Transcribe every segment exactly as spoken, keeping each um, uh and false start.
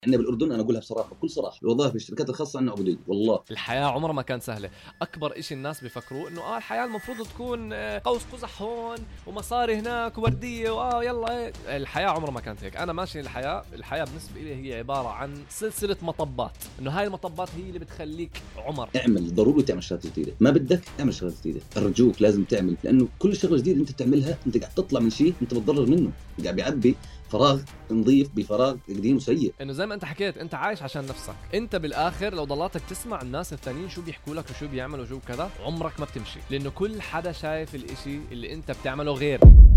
احنا بالاردن انا اقولها بصراحه بكل صراحه الوظائف في الشركات الخاصه عندنا عبوديه. والله الحياه عمرها ما كانت سهله. اكبر إشي الناس بيفكروا انه اه الحياه المفروض تكون آه، قوس قزح هون ومصاري هناك وورديه واه يلا ايه. الحياه عمرها ما كانت هيك. انا ماشي الحياه الحياه بالنسبه لي هي عباره عن سلسله مطبات، انه هاي المطبات هي اللي بتخليك عمر. اعمل ضروري تعمل شغلات جديده، ما بدك اعمل شغلات جديده، ارجوك لازم تعمل، لانه كل شغله جديده انت بتعملها انت قاعد تطلع من شيء انت بتضرر منه، قاعد بيعبي فراغ نظيف بفراغ قديم وسيء. انه زي ما انت حكيت انت عايش عشان نفسك. انت بالاخر لو ضلاتك تسمع الناس الثانيين شو بيحكوا لك وشو بيعملوا وشو كذا عمرك ما بتمشي، لانه كل حدا شايف الاشي اللي انت بتعمله غير.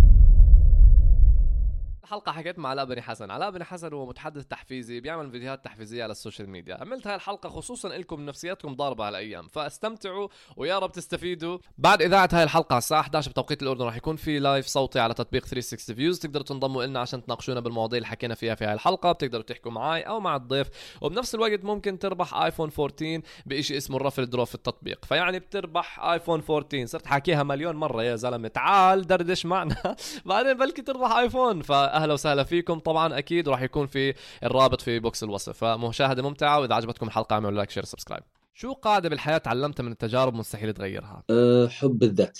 الحلقة حكيت مع علاء بني حسن. علاء بني حسن هو متحدث تحفيزي بيعمل فيديوهات تحفيزية على السوشيال ميديا. عملت هاي الحلقة خصوصا لكم نفسياتكم ضاربة هالأيام، فاستمتعوا ويا رب تستفيدوا. بعد إذاعة هاي الحلقة على الساعة إحدى عشر بتوقيت الأردن راح يكون في لايف صوتي على تطبيق ثلاثمية وستين فيوز. تقدروا تنضموا لنا عشان تناقشونا بالمواضيع اللي حكينا فيها في هاي الحلقة. بتقدروا تحكوا معي أو مع الضيف، وبنفس الوقت ممكن تربح آيفون أربعتاشر بإشي اسمه الرفل درو في التطبيق. فيعني بتربح آيفون أربعتاشر. صرت حاكيها مليون مرة يا زلمة، تعال دردش معنا بعدين بلكي تربح آيفون. فأهلا وسهلا فيكم. طبعا اكيد راح يكون في الرابط في بوكس الوصف. فمشاهده ممتعه، واذا عجبتكم الحلقه اعملوا لايك شير سبسكرايب. شو قاعده بالحياه تعلمتها من التجارب مستحيل تغيرها؟ أه حب الذات.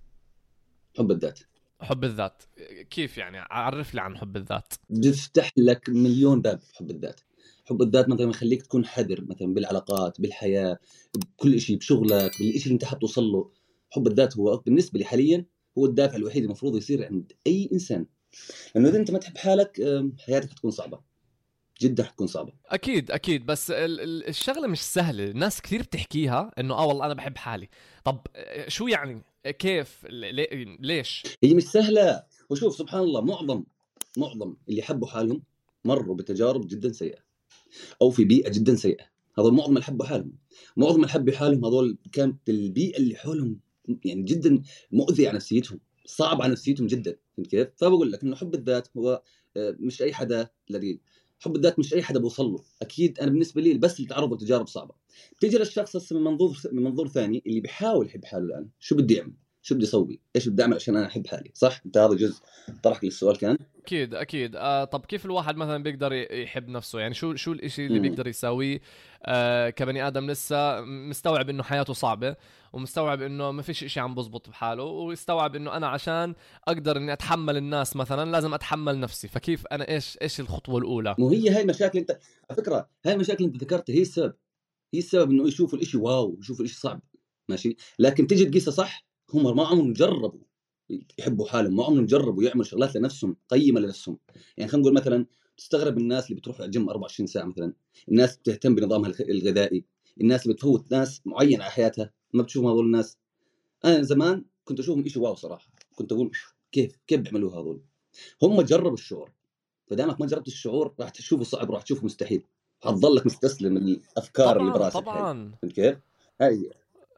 حب الذات حب الذات. كيف يعني؟ عرف لي عن حب الذات. بيفتح لك مليون باب. حب الذات حب الذات مثلا يخليك تكون حذر مثلا بالعلاقات بالحياه بكل شيء بشغلك بالشيء اللي انت حتوصل له. حب الذات هو بالنسبه لي حاليا هو الدافع الوحيد المفروض يصير عند اي انسان، لانه اذا انت ما تحب حالك حياتك حتكون صعبه جدا، حتكون صعبه. اكيد اكيد، بس ال- ال- الشغله مش سهله. الناس كثير بتحكيها انه اه والله انا بحب حالي. طب شو يعني؟ كيف؟ لي- ليش؟ هي مش سهله. وشوف سبحان الله معظم معظم اللي حبوا حالهم مروا بتجارب جدا سيئه او في بيئه جدا سيئه. هذول معظم اللي حبوا حالهم معظم اللي حبوا حالهم هذول كانت البيئه اللي حولهم يعني جدا مؤذيه على نفسيتهم، صعب على نفسيتهم جدا. فهمت كيف؟ فبقول لك انه حب الذات هو آه، مش اي حدا لقيه. حب الذات مش اي حدا بوصل له. اكيد انا بالنسبه لي بس اللي تعرضوا لتجارب صعبه. تيجي للشخص هسه من منظور من منظور ثاني اللي بيحاول يحب حاله الان، شو بدي اعمل؟ شو بدي اسوي؟ ايش بدي اعمل عشان انا احب حالي؟ صح؟ انت هذا جزء طرحك للسؤال كان. اكيد اكيد. آه طب كيف الواحد مثلا بيقدر ي- يحب نفسه؟ يعني شو شو الاشي اللي امم بيقدر يساويه آه كبني ادم لسه مستوعب انه حياته صعبة، ومستوعب انه ما فيش اشي عم بزبط بحاله، ويستوعب انه انا عشان اقدر اني اتحمل الناس مثلا لازم اتحمل نفسي. فكيف انا ايش ايش الخطوة الاولى؟ مو هي هاي المشاكل انت على فكره هاي المشاكل اللي انت ذكرتها هي السبب. هي السبب انه يشوفوا الاشي واو، يشوفوا الاشي صعب. ماشي، لكن تيجي تقيسها صح، هم ما عمرهم جربوا يحبوا حالهم، ما عمرهم جربوا يعملوا شغلات لنفسهم قيمه لنفسهم. يعني خلينا نقول مثلا تستغرب الناس اللي بتروح الجيم أربعة وعشرين ساعه مثلا، الناس بتهتم بنظامها الغ- الغذائي، الناس اللي بتفوت ناس معينه على حياتها ما بتشوفهم هذول الناس. انا زمان كنت اشوفهم اشي واو صراحه، كنت اقول كيف كيف بيعملوا هذول. هم جربوا الشعور، فدامك ما جربت الشعور راح تشوفه صعب، راح تشوفه مستحيل، حتظلك مستسلم الافكار اللي طبعا براسك هاي. طبعا. فهمت كيف؟ هاي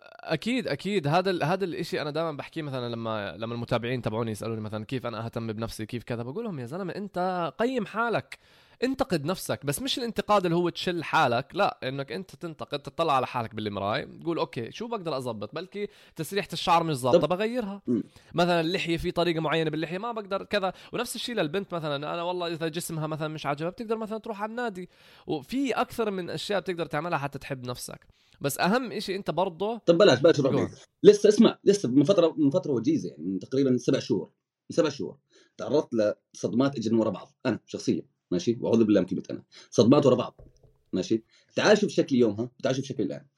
اكيد اكيد. هذا ال... هذا الاشي انا دائما بحكيه مثلا لما لما المتابعين تبعوني يسالوني مثلا كيف انا اهتم بنفسي كيف كذا، بقول لهم يا زلمه انت قيم حالك، انتقد نفسك. بس مش الانتقاد اللي هو تشل حالك، لا، انك انت تنتقد، تطلع على حالك بالمرايه تقول اوكي شو بقدر اظبط. بلكي تسريحه الشعر مش ظابطه طب بغيرها، م. مثلا اللحيه في طريقه معينه باللحيه ما بقدر كذا. ونفس الشيء للبنت مثلا، انا والله اذا جسمها مثلا مش عاجبها بتقدر مثلا تروح على النادي. وفي اكثر من اشياء بتقدر تعملها حتى تحب نفسك. بس اهم إشي انت برضه طب بلاش بلاش نروح بعيد. قول. لسه اسمع، لسه من فتره من فتره وجيزه يعني من تقريبا سبع شهور من سبع شهور تعرضت لصدمات اجن ورا بعض انا شخصيا. ماشي، واعوذ بالله من كلمه انا، صدمات ورا بعض. ماشي، تعال شوف شكلي يومها وتعال شوف شكلي الان،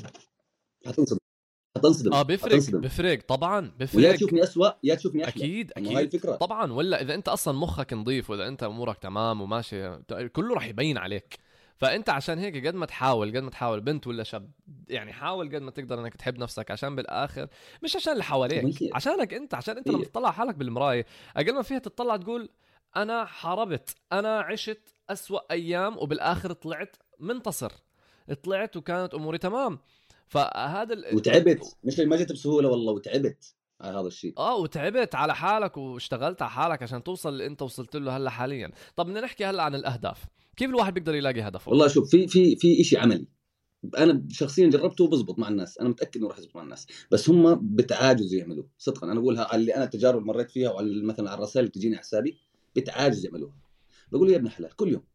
حتنصدم حتنصدم اه بيفرق حتنصدم. بيفرق طبعا ويا بيفرق. تشوفني اسوء يا تشوفني احلى. اكيد انه هاي اكيد الفكره. طبعا. ولا اذا انت اصلا مخك نظيف واذا انت امورك تمام وماشي كله راح يبين عليك. فانت عشان هيك قد ما تحاول قد ما تحاول بنت ولا شاب، يعني حاول قد ما تقدر انك تحب نفسك، عشان بالاخر مش عشان اللي طب حواليك، هي عشانك انت. عشان انت لما هي تطلع حالك بالمرايه اقل ما فيها تطلع تقول انا حاربت، انا عشت اسوأ ايام وبالاخر طلعت منتصر، طلعت وكانت اموري تمام. فهذا ال... وتعبت، مش ما جت بسهوله والله، وتعبت على هذا الشيء. اه وتعبت على حالك واشتغلت على حالك عشان توصل اللي انت وصلت له هلا حاليا. طب بدنا نحكي هلا عن الاهداف. كيف الواحد بيقدر يلاقي هدفه؟ والله شوف، في في في شيء عملي انا شخصيا جربته وبزبط مع الناس، انا متاكد انه راح يزبط مع الناس، بس هم بتعاجزوا يعملوه صدقا. انا اقولها على اللي انا التجارب اللي مريت فيها وعلى مثلا على الرسائل اللي بتجيني على حسابي، بتعاجز يعملوها. بقول له يا ابن الحلال كل يوم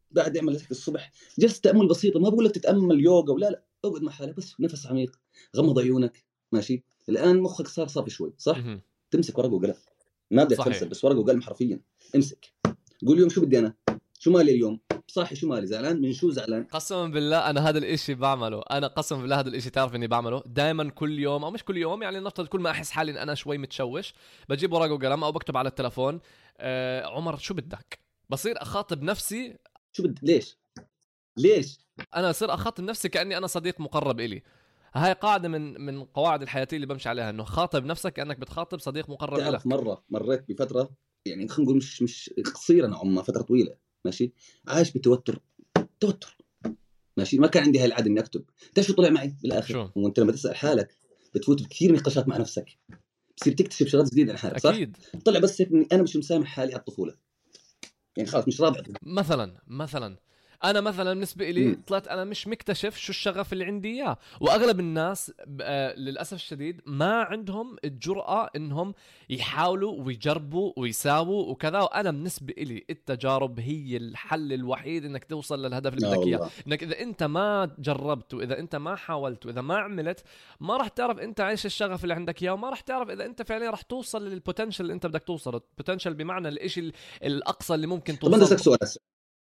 بعد اعمل لك الصبح جلسه تامل بسيطه، ما بقول لك تتامل يوغا ولا لا، اقعد مع حالك بس نفس عميق، غمض عيونك، ماشي. الان مخك صار صافي شوي، صح؟ مهم. تمسك ورقه وقلم، ما بدك صحيح. تفلسف، بس ورقه وقلم حرفيا. امسك، قول اليوم شو بدي انا، شو مالي اليوم، صاحي شو مالي، زعلان من شو زعلان. قسما بالله انا هذا الاشي بعمله، انا قسما بالله هذا الاشي تعرف اني بعمله دائما كل يوم، او مش كل يوم يعني، نفترض كل ما احس حالي ان انا شوي متشوش بجيب ورقه وقلم او بكتب على التلفون آه عمر شو بدك، بصير اخاطب نفسي. شو بدي، ليش ليش انا صير اخاطب نفسي كاني انا صديق مقرب الي. هاي قاعده من من قواعد الحياتيه اللي بمشي عليها، انه خاطب نفسك كانك بتخاطب صديق مقرب تعرف لك. مره مريت بفتره، يعني خلينا نقول مش مش قصيره نوعا ما، فتره طويله، ماشي، عايش بتوتر، توتر، ماشي. ما كان عندي هاي العاده اني اكتب. تعرف شو طلع معي بالاخر؟ شو وانت لما تسال حالك بتفوت بكثير نقاشات مع نفسك، بتصير تكتشف شغلات جديده عن حالك، صح؟ اكيد. طلع بس هيك اني انا مش مسامح حالي على الطفوله، يعني خلاص مش راضي. مثلا مثلا انا مثلا بالنسبه لي امم طلعت انا مش مكتشف شو الشغف اللي عندي اياه، واغلب الناس آه للاسف الشديد ما عندهم الجرأه انهم يحاولوا ويجربوا ويساووا وكذا. وانا بالنسبه لي التجارب هي الحل الوحيد انك توصل للهدف اللي اه بدك اياه. والله انك اذا انت ما جربت واذا انت ما حاولت واذا ما عملت ما راح تعرف انت ايش الشغف اللي عندك اياه، وما راح تعرف اذا انت فعليا راح توصل للبوتنشل اللي انت بدك توصل. البوتنشل بمعنى الشيء الاقصى اللي ممكن طب انا توصل اسالك له. سؤال هسه،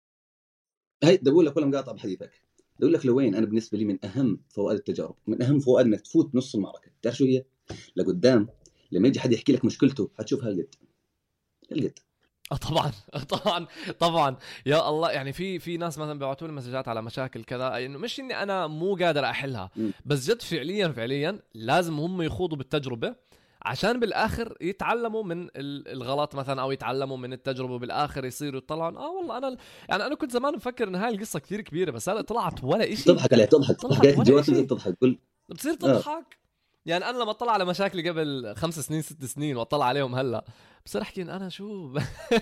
هي بدي اقول لك ولا مقاطع بحديثك، بدي اقول لك لوين انا بالنسبه لي من اهم فوائد التجارب، من اهم فوائد انك تفوت نص المعركه، تعرف شو هي؟ لقدام لما يجي حد يحكي لك مشكلته حتشوف هالقد هالقد. اه طبعا طبعا طبعا. يا الله يعني في في ناس مثلا بيبعتوا لي مسجات على مشاكل كذا، انه مش اني انا مو قادر احلها، مم. بس جد فعليا فعليا لازم هم يخوضوا بالتجربه عشان بالاخر يتعلموا من ال- الغلط مثلا، او يتعلموا من التجربه، بالاخر يصيروا يطلعوا اه والله انا يعني انا كنت زمان مفكر ان هاي القصه كثير كبيره، بس هلا طلعت ولا إشي. تضحك عليه، تضحك تضحك طلعت عليك ولا الجوات تنزل إشي، تضحك تقول بتصير اه تضحك. يعني انا لما اطلع على مشاكلي قبل خمس سنين ست سنين واطلع عليهم هلا بصير احكي إن انا شو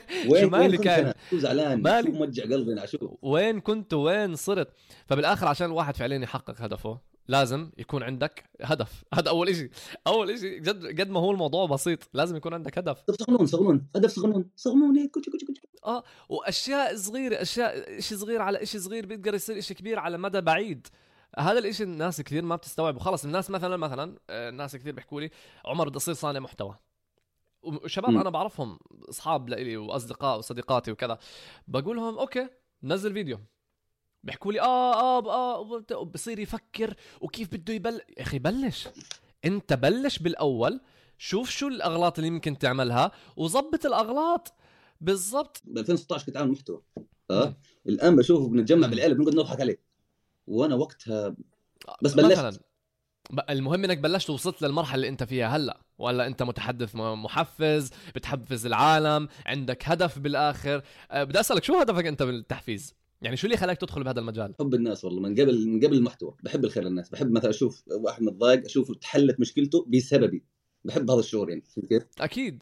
شو وين وين مالي كنت كان، انا، شو زعلان، شو مالي موجع قلبنا، شو وين كنت وين صرت. فبالاخر عشان الواحد فعليا يحقق هدفه لازم يكون عندك هدف. هذا اول إشي. اول إشي جد قد ما هو الموضوع بسيط لازم يكون عندك هدف. طب صغنون صغنون هدف صغنون صغنون هيك كوتش كوتش كوتش. اه واشياء صغيره، اشياء اشي صغير على اشي صغير بيقدر يصير اشي كبير على مدى بعيد. هذا الاشي الناس كثير ما بتستوعب. وخلص الناس مثلا مثلا آه، الناس كثير بيحكوا لي عمر بدي اصير صانع محتوى، وشباب مم. انا بعرفهم اصحاب لإلي واصدقاء وصديقاتي وكذا، بقول لهم اوكي نزل فيديو، بيحكوا لي اه اه اه وبت- بصير يفكر وكيف بده يبل. يا اخي بلش انت، بلش بالاول، شوف شو الاغلاط اللي ممكن تعملها وظبط الاغلاط بالضبط. ب ألفين وستة عشر كنت عامل محتوى، مم. اه الان بشوفه بنتجمع مم. بالعيله بنقعد نضحك عليه، وانا وقتها بس مثلا بلشت. ب- المهم انك بلشت ووصلت للمرحله اللي انت فيها هلا، ولا انت متحدث م- محفز بتحفز العالم، عندك هدف بالاخر. أه بدي اسالك شو هدفك انت بالتحفيز؟ يعني شو اللي خلاك تدخل بهذا المجال؟ حب الناس والله، من قبل من قبل المحتوى، بحب الخير للناس، بحب مثلا اشوف واحد متضايق اشوفه تحلت مشكلته بسببي، بحب هذا الشعور، يعني فهمت كيف؟ اكيد.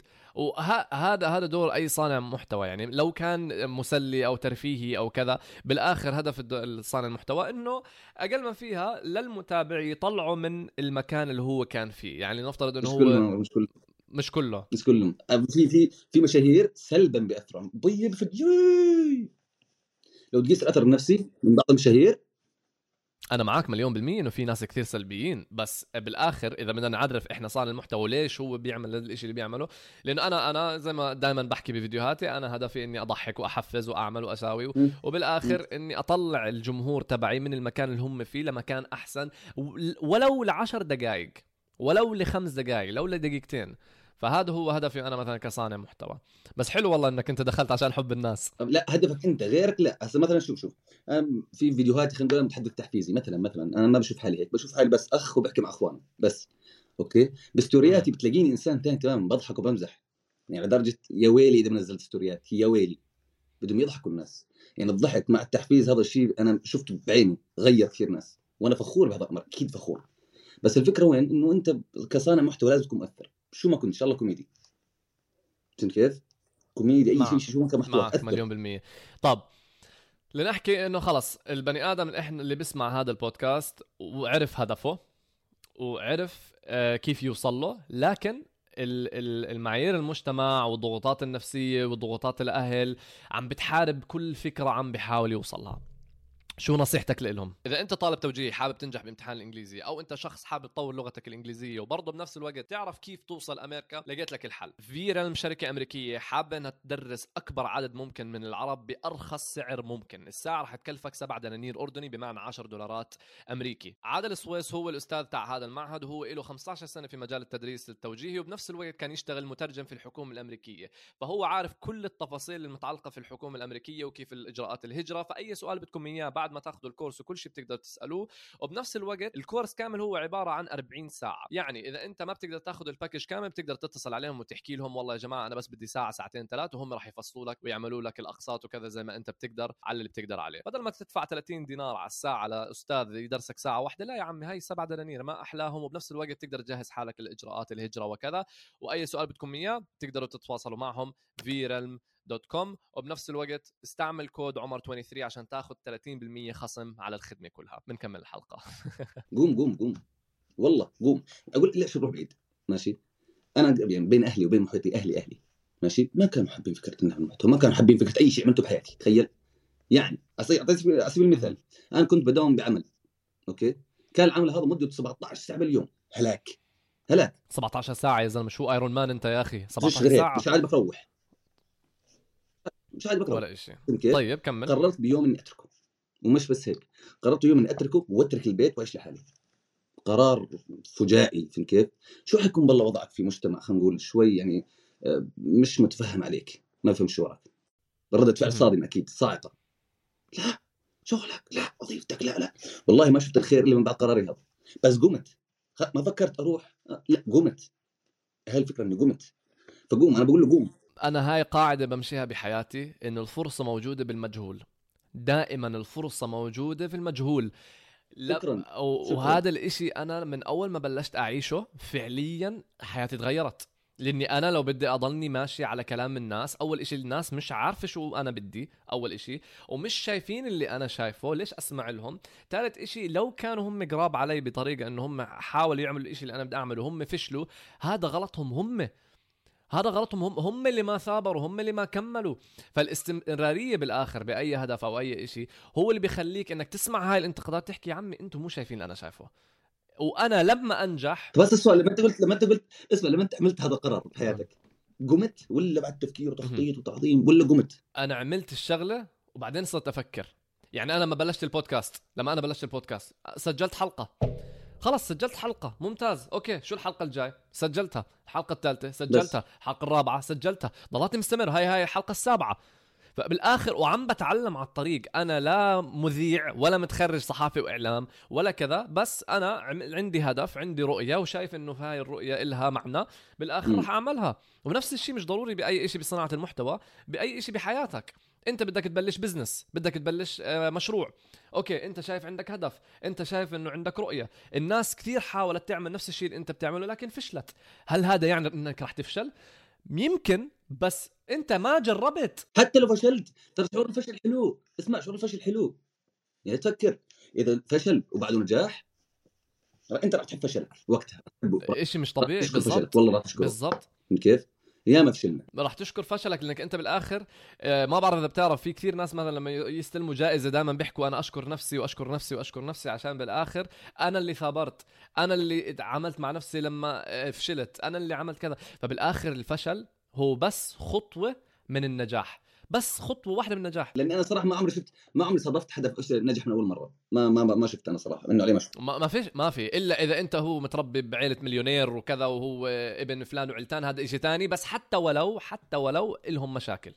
وهذا هذا دور اي صانع محتوى، يعني لو كان مسلي او ترفيهي او كذا، بالاخر هدف الد- صانع المحتوى انه اقل ما فيها للمتابع يطلعه من المكان اللي هو كان فيه. يعني نفترض انه مش هو كلهم مش كل مش كله. مش كلهم في في في مشاهير سلبا بياثروا طيب في الجي. لو تقيس الاثر النفسي من بعض المشاهير، انا معاك مليون بالمية انه في ناس كثير سلبيين، بس بالاخر اذا بدنا نعرف احنا صانع المحتوى ليش هو بيعمل الاشي اللي بيعمله، لانه انا انا زي ما دائما بحكي بفيديوهاتي انا هدفي اني اضحك واحفز واعمل واساوي، م- م- وبالاخر اني اطلع الجمهور تبعي من المكان اللي هم فيه لمكان احسن، ولو لعشر دقائق، ولو لخمس دقائق، لو لدقيقتين. فهذا هو هدفي انا مثلا كصانع محتوى. بس حلو والله انك انت دخلت عشان حب الناس. لا هدفك انت غيرك، لا هسه مثلا شوف شوف أنا في فيديوهاتي خلينا نقول أنا متحدث تحفيزي، مثلا مثلا انا ما بشوف حالي هيك، بشوف حالي بس اخ وبحكي مع اخواني بس، اوكي. بستورياتي بتلاقيني انسان ثاني تماما، بضحك وبمزح، يعني لدرجه يا ويلي اذا ما نزلت ستوريات، يا ويلي بدهم يضحكوا الناس. يعني الضحك مع التحفيز هذا الشيء انا شفته بعيني غير كثير ناس، وانا فخور بهذا الامر، اكيد فخور. بس الفكره وين؟ انه انت كصانع محتوى لازم تكون مؤثر، شو ما كنت ان شاء الله كوميدي، فهمت كيف؟ كوميدي اي شيء معك شو كمحتوى معك تاثر. مليون بالمية. طب لنحكي انه خلص البني ادم اللي احنا اللي بيسمع هذا البودكاست وعرف هدفه وعرف آه كيف يوصل له، لكن المعايير المجتمع والضغوطات النفسية وضغوطات الأهل عم بتحارب كل فكرة عم بيحاول يوصلها. شو نصيحتك لهم؟ إذا أنت طالب توجيهي حابب تنجح بامتحان الإنجليزي، أو أنت شخص حابب تطور لغتك الإنجليزية وبرضه بنفس الوقت تعرف كيف توصل أمريكا، لقيت لك الحل. فيرالم شركة أمريكية حابة أنها تدرس أكبر عدد ممكن من العرب بأرخص سعر ممكن. الساعة رح تكلفك سبعة دنانير أردني بمعنى عشرة دولارات أمريكي. عادل سويس هو الأستاذ تاع هذا المعهد، وهو له خمسة عشر سنة في مجال التدريس التوجيهي، وبنفس الوقت كان يشتغل مترجم في الحكومة الأمريكية، فهو عارف كل التفاصيل المتعلقة في الحكومة الأمريكية وكيف الإجراءات الهجرة. فأي سؤال بدكم إياه بعد ما تاخذوا الكورس كل شيء بتقدر تسألوه. وبنفس الوقت الكورس كامل هو عبارة عن أربعين ساعة، يعني إذا أنت ما بتقدر تاخذ الباكج كامل بتقدر تتصل عليهم وتحكي لهم والله يا جماعة أنا بس بدي ساعة ساعتين ثلاثة، وهم راح يفصلوا لك ويعملوا لك الأقساط وكذا زي ما أنت بتقدر على اللي بتقدر عليه. بدل ما تدفع ثلاثين دينار على الساعة لأستاذ يدرسك ساعة واحدة، لا يا عمي هاي سبعة دنانير ما أحلاهم. وبنفس الوقت تقدر تجهز حالك للإجراءات الهجرة وكذا. وأي سؤال بدكم إياه تقدروا تتواصلوا معهم فيرالم دوت كوم. وبنفس الوقت استعمل كود عمر ثلاثة وعشرين عشان تاخذ ثلاثين بالمية خصم على الخدمة كلها. بنكمل الحلقة. قوم قوم قوم والله قوم. أقول لا شو روح بعيد ماشي. أنا يعني بين أهلي وبين محيطي أهلي أهلي ماشي ما كانوا حابين فكرة النحو المحتوى، ما كانوا حابين فكرة أي شيء عملته بحياتي. تخيل يعني أعطيك على سبيل المثال، أنا كنت بداوم بعمل أوكي، كان العمل هذا مدته سبعة عشر ساعة باليوم. هلاك هلاك سبعة عشر ساعة يا زلمة، شو ايرون مان انت يا اخي؟ سبعة عشر مش ساعة مش عارف بروح مش عارف بروح ولا شيء. كيف؟ طيب كمل. قررت بيوم اني اتركه، ومش بس هيك، قررت يوم اني اتركه واترك البيت واعيش لحالي. قرار فجائي. فهمت كيف؟ شو حيكون بالله وضعك في مجتمع خلينا نقول شوي يعني مش متفهم عليك، ما فهم شو وراك، ردة فعل صادمة اكيد صاعقة. لا شغلك، لا وظيفتك، لا لا والله ما شفت الخير الا من بعد قراري هذا. بس قمت، ما فكرت اروح، لا قمت. هاي الفكرة اني قمت، فقوم. انا بقول له قوم. انا هاي قاعدة بمشيها بحياتي، انه الفرصة موجودة بالمجهول. دائما الفرصة موجودة في المجهول. شكرا. وهذا الاشي انا من اول ما بلشت اعيشه فعليا حياتي تغيرت. لاني انا لو بدي اضلني ماشي على كلام الناس، اول اشي الناس مش عارفة شو انا بدي، اول اشي، ومش شايفين اللي انا شايفه، ليش اسمع لهم؟ ثالث اشي لو كانوا هم قراب علي بطريقة انه هم حاولوا يعملوا الاشي اللي انا بدي اعمله هم فشلوا، هذا غلطهم هم، هذا غلطهم هم، هم اللي ما ثابروا، هم اللي ما كملوا. فالاستمرارية بالآخر بأي هدف أو أي إشي هو اللي بيخليك إنك تسمع هاي الانتقادات تحكي يا عمي أنتم مو شايفين اللي أنا شايفه. وأنا لما أنجح. بس السؤال لما أنت قلت لما أنت قلت اسمع، لما أنت عملت هذا القرار بحياتك قمت ولا بعد تفكير وتخطيط وتعظيم ولا قمت؟ أنا عملت الشغلة وبعدين صرت أفكر. يعني أنا لما بلشت البودكاست لما أنا بلشت البودكاست سجلت حلقة، خلص سجلت حلقة ممتاز، أوكي شو الحلقة الجاي؟ سجلتها. الحلقة الثالثة سجلتها. الحلقة الرابعة سجلتها. ضليت مستمر، هاي هاي الحلقة السابعة. فبالآخر وعم بتعلم على الطريق. أنا لا مذيع ولا متخرج صحافي وإعلام ولا كذا، بس أنا عندي هدف، عندي رؤية، وشايف إنه في هاي الرؤية إلها معنى بالآخر رح أعملها. ونفس الشيء مش ضروري بأي إشي بصناعة المحتوى، بأي إشي بحياتك. انت بدك تبلش بزنس، بدك تبلش مشروع، اوكي انت شايف عندك هدف، انت شايف انه عندك رؤية. الناس كثير حاولت تعمل نفس الشيء اللي انت بتعمله لكن فشلت. هل هذا يعني انك رح تفشل؟ يمكن، بس انت ما جربت. حتى لو فشلت ترى شعور الفشل حلو. اسمع، شعور الفشل حلو. يعني تفكر اذا فشل وبعده نجاح انت راح تحب فشلك وقتها. اشي مش طبيعي. بالضبط والله راح تشكره. بالضبط. كيف يا ما فشلنا راح تشكر فشلك، لانك انت بالاخر ما بعرف اذا بتعرف في كثير ناس مثلا لما يستلموا جائزه دائما بيحكوا انا اشكر نفسي واشكر نفسي واشكر نفسي، عشان بالاخر انا اللي ثابرت، انا اللي عملت مع نفسي لما فشلت، انا اللي عملت كذا. فبالاخر الفشل هو بس خطوه من النجاح، بس خطوه واحده من النجاح. لان انا صراحه ما عمري شفت ما عمري صادفت حدا نجح من اول مره. ما ما ما شفت انا صراحه انه عليه مشكور. ما, ما فيش ما في الا اذا انت هو متربي بعائله مليونير وكذا وهو ابن فلان وعلتان، هذا شيء ثاني. بس حتى ولو حتى ولو لهم مشاكل،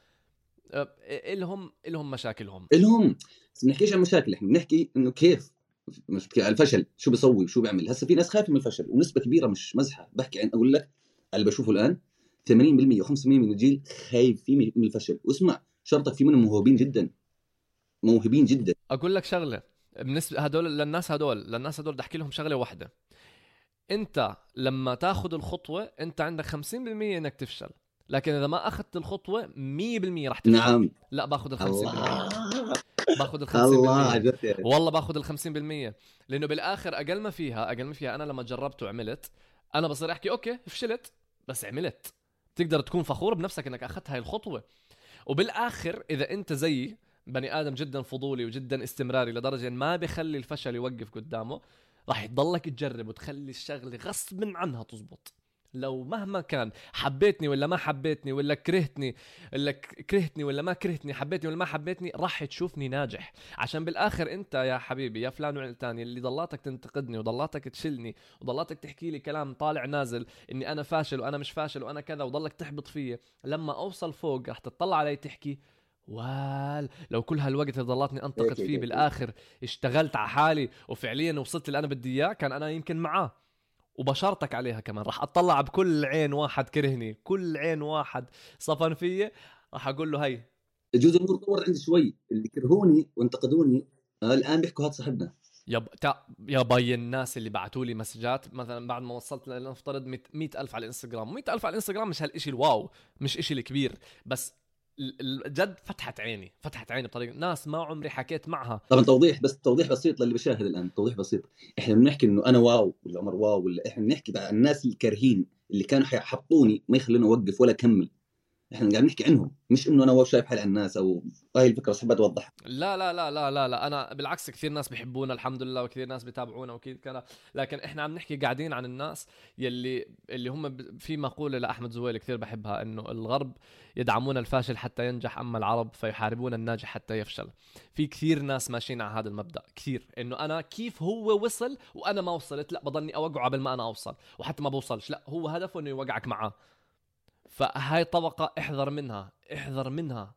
إلهم إلهم مشاكلهم إلهم. بس بنحكيش عن مشاكل، إحنا بنحكي إنه كيف مش بحكي عن الفشل، شو بيسوي وشو بيعمل. هسه في ناس خايفة من الفشل ونسبة كبيرة، مش مزحة بحكي عن أقول لك اللي بشوفه الآن ثمانين بالمية و5% من الجيل خايفين من الفشل. واسمع شرطك في منهم موهوبين جدا، موهوبين جدا. أقول لك شغلة بالنسبة هدول للناس هدول للناس هدول بدي أحكي لهم شغلة واحدة. أنت لما تاخذ الخطوة أنت عندك خمسين بالمية إنك تفشل، لكن إذا ما أخذت الخطوة مية بالمية راح تفشل. نعم. لا باخذ الخمسين بالمية. باخذ الخمسين بالمية. والله باخذ الخمسين بالمية، لأنه بالآخر أقل ما فيها أقل ما فيها أنا لما جربت وعملت أنا بصير أحكي أوكي فشلت، بس عملت. تقدر تكون فخور بنفسك انك اخذت هاي الخطوة. وبالاخر اذا انت زي بني ادم جدا فضولي وجدا استمراري لدرجة ما بيخلي الفشل يوقف قدامه، راح تضلك تجرب وتخلي الشغلة غصب عنها تزبط. لو مهما كان حبيتني ولا ما حبيتني ولا كرهتني ولا ك- كرهتني ولا ما كرهتني، حبيتني ولا ما حبيتني، راح تشوفني ناجح. عشان بالاخر انت يا حبيبي يا فلان وعلتاني اللي ضلاتك تنتقدني وضلاتك تشلني وضلاتك تحكي لي كلام طالع نازل اني انا فاشل وانا مش فاشل وانا كذا وضلك تحبط فيي، لما اوصل فوق راح تطلع علي تحكي وال لو كل هالوقت اللي ضلاتني انتقد هيك هيك فيه هيك. بالاخر اشتغلت على حالي وفعليا وصلت اللي انا بدي اياه، كان انا يمكن معاه. وبشرتك عليها كمان راح اطلع بكل عين واحد كرهني، كل عين واحد صفن فيي، راح اقول له هي يجوز الامور تطور عندي شوي، اللي كرهوني وانتقدوني آه الان بيحكوا هذا صاحبنا. يا ب... تع... يا باي الناس اللي بعتوا لي مسجات مثلا بعد ما وصلت لنفترض مئة ألف على الانستغرام. مئة ألف على الانستغرام مش هالإشي الواو، مش إشي الكبير، بس ال- ال- جد فتحت عيني، فتحت عيني بطريقة ناس ما عمري حكيت معها. طبعا توضيح، بس توضيح بسيط للي بشاهد الان، توضيح بسيط. احنا بنحكي انه انا واو ولا عمر واو، ولا احنا بنحكي بقى الناس الكارهين اللي كانوا حيحطوني ما يخلوني اوقف ولا اكمل. احنا قاعد نحكي عنهم، مش انه انا واو شايف حالي على الناس. او هاي الفكره بس حبيت اوضحها. لا لا لا لا لا لا انا بالعكس كثير ناس بيحبونا الحمد لله، وكثير ناس بيتابعونا وكذا كذا، لكن احنا عم نحكي قاعدين عن الناس يلي اللي هم ب- في مقوله لاحمد زويل كثير بحبها، انه الغرب يدعمون الفاشل حتى ينجح، اما العرب فيحاربون الناجح حتى يفشل. في كثير ناس ماشيين على هذا المبدا كثير، انه انا كيف هو وصل وانا ما وصلت، لا بضلني اوقعه قبل ما انا اوصل، وحتى ما بوصلش لا هو هدفه انه يوقعك معاه. فهاي طبقه احذر منها، احذر منها.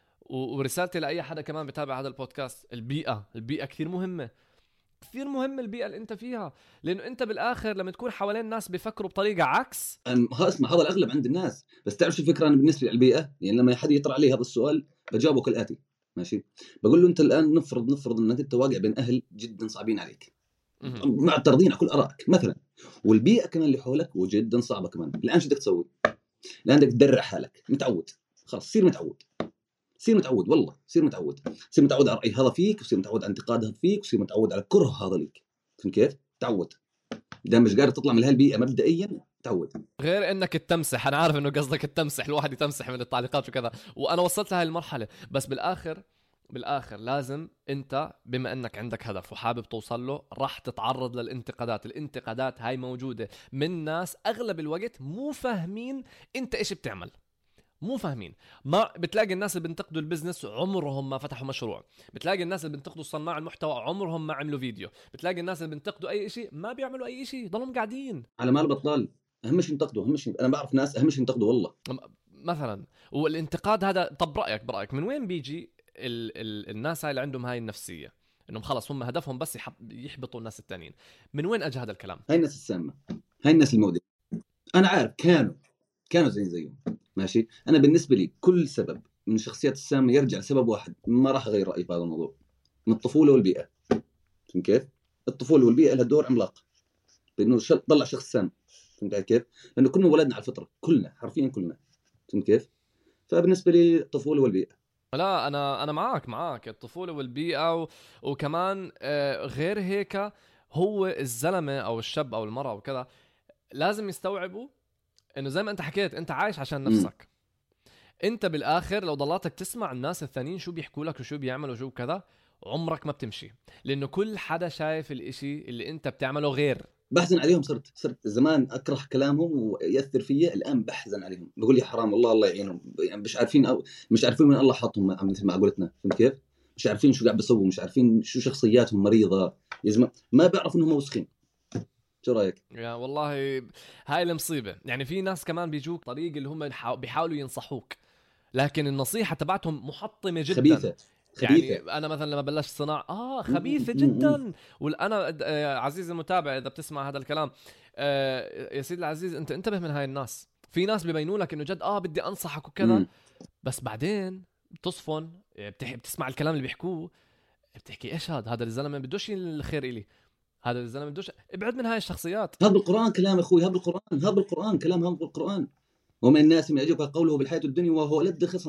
و- ورسالتي لاي حدا كمان بتابع هذا البودكاست، البيئه البيئه كثير مهمه، كثير مهم البيئه اللي انت فيها، لانه انت بالاخر لما تكون حوالين ناس بيفكروا بطريقه عكس. أم- ها اسمع، هذا الاغلب عند الناس. بس تعرف شو الفكره؟ انا بالنسبه للبيئه، يعني لما حد يطرح علي هذا السؤال بجاوبه كالاتي. ماشي، بقول له انت الان نفرض نفرض انك انت واقع بين اهل جدا صعبين عليك، مهم. معترضين على كل ارائك مثلا، والبيئه كمان اللي حولك وجدا صعبه كمان. الان شو بدك تسوي؟ الان بدك تدرع حالك، متعود، خلاص صير متعود، صير متعود، والله صير متعود، صير متعود على رأي هذا فيك، وصير متعود على انتقاد هذا فيك، وصير متعود على كره هذا ليك. فهمت كيف؟ تعود. اذا مش قادر تطلع من هالبيئه مبدئيا تعود. غير انك تتمسح، انا عارف انه قصدك التمسح، الواحد يتمسح من التعليقات وكذا، وانا وصلت لهي المرحله، بس بالاخر بالاخر لازم انت بما انك عندك هدف وحابب توصل له راح تتعرض للانتقادات. الانتقادات هاي موجوده من ناس اغلب الوقت مو فاهمين انت ايش بتعمل، مو فاهمين. ما بتلاقي الناس اللي بينتقدوا البزنس عمرهم ما فتحوا مشروع، بتلاقي الناس اللي بينتقدوا صناع المحتوى عمرهم ما عملوا فيديو، بتلاقي الناس اللي بينتقدوا اي شيء ما بيعملوا اي شيء، ضلهم قاعدين على مال بطال. اهم شيء ينتقدوا، اهم شيء. انا بعرف ناس اهم شيء ينتقدوا والله. م- مثلا. والانتقاد هذا، طب رايك برايك من وين بيجي ال ال الناس هاي اللي عندهم هاي النفسيه انهم خلص هم هدفهم بس يحب يحبطوا الناس التانيين؟ من وين اجى هذا الكلام؟ هاي الناس السامه، هاي الناس المؤذيه. انا عارف كانوا كانوا زي زيهم. ماشي، انا بالنسبه لي كل سبب من الشخصيات السامه يرجع لسبب واحد، ما راح اغير رايي في هذا الموضوع، من الطفوله والبيئه. فهمت كيف؟ الطفوله والبيئه لها دور عملاق بانه ش- طلع شخص سام. فهمت علي كيف؟ لانه كلنا ولدنا على الفطره، كلنا حرفيا كلنا. فهمت كيف؟ فبالنسبه لي الطفوله والبيئه. لا انا انا معك معك الطفوله والبيئه و... وكمان آه، غير هيك، هو الزلمه او الشاب او المراه وكذا لازم يستوعبوا انه زي ما انت حكيت انت عايش عشان مم. نفسك. انت بالاخر لو ضلاتك تسمع الناس الثانيين شو بيحكوا لك وشو بيعملوا وشو كذا، عمرك ما بتمشي، لانه كل حدا شايف الاشي اللي انت بتعمله غير. بحزن عليهم. صرت صرت زمان اكره كلامهم وياثر فيا، الان بحزن عليهم، بقول يا حرام والله الله يعينهم. يعني مش عارفين أو مش عارفين من الله حاطهم مثل ما قلتنا. فهمت كيف؟ مش عارفين شو قاعد بيسووا، مش عارفين شو شخصياتهم مريضه يا زلمه، ما بيعرفوا انهم وسخين. شو رايك؟ يا والله هاي المصيبه. يعني في ناس كمان بيجوك طريق اللي هم بيحاو- بيحاولوا ينصحوك، لكن النصيحه تبعتهم محطمه جدا. خبيثه خبيثه. يعني انا مثلا لما بلشت صناعه اه خبيثه م- م- م. جدا. وانا آه، عزيزي المتابع اذا بتسمع هذا الكلام، آه، يا سيدي العزيز انت انتبه من هاي الناس. في ناس بيبينوا لك انه جد اه بدي انصحك وكذا، م. بس بعدين بتصفن بتح... بتسمع الكلام اللي بيحكوه، بتحكي ايش هذا هذا الزلمه بدوش الخير إلي، هذا الزلمه بدوش. ابعد من هاي الشخصيات. هذا بالقران كلام اخوي، هذا بالقران، هذا بالقران كلام، هذا بالقران. ومن الناس من يعجبك قوله بالحياه الدنيا وهو لد خصم.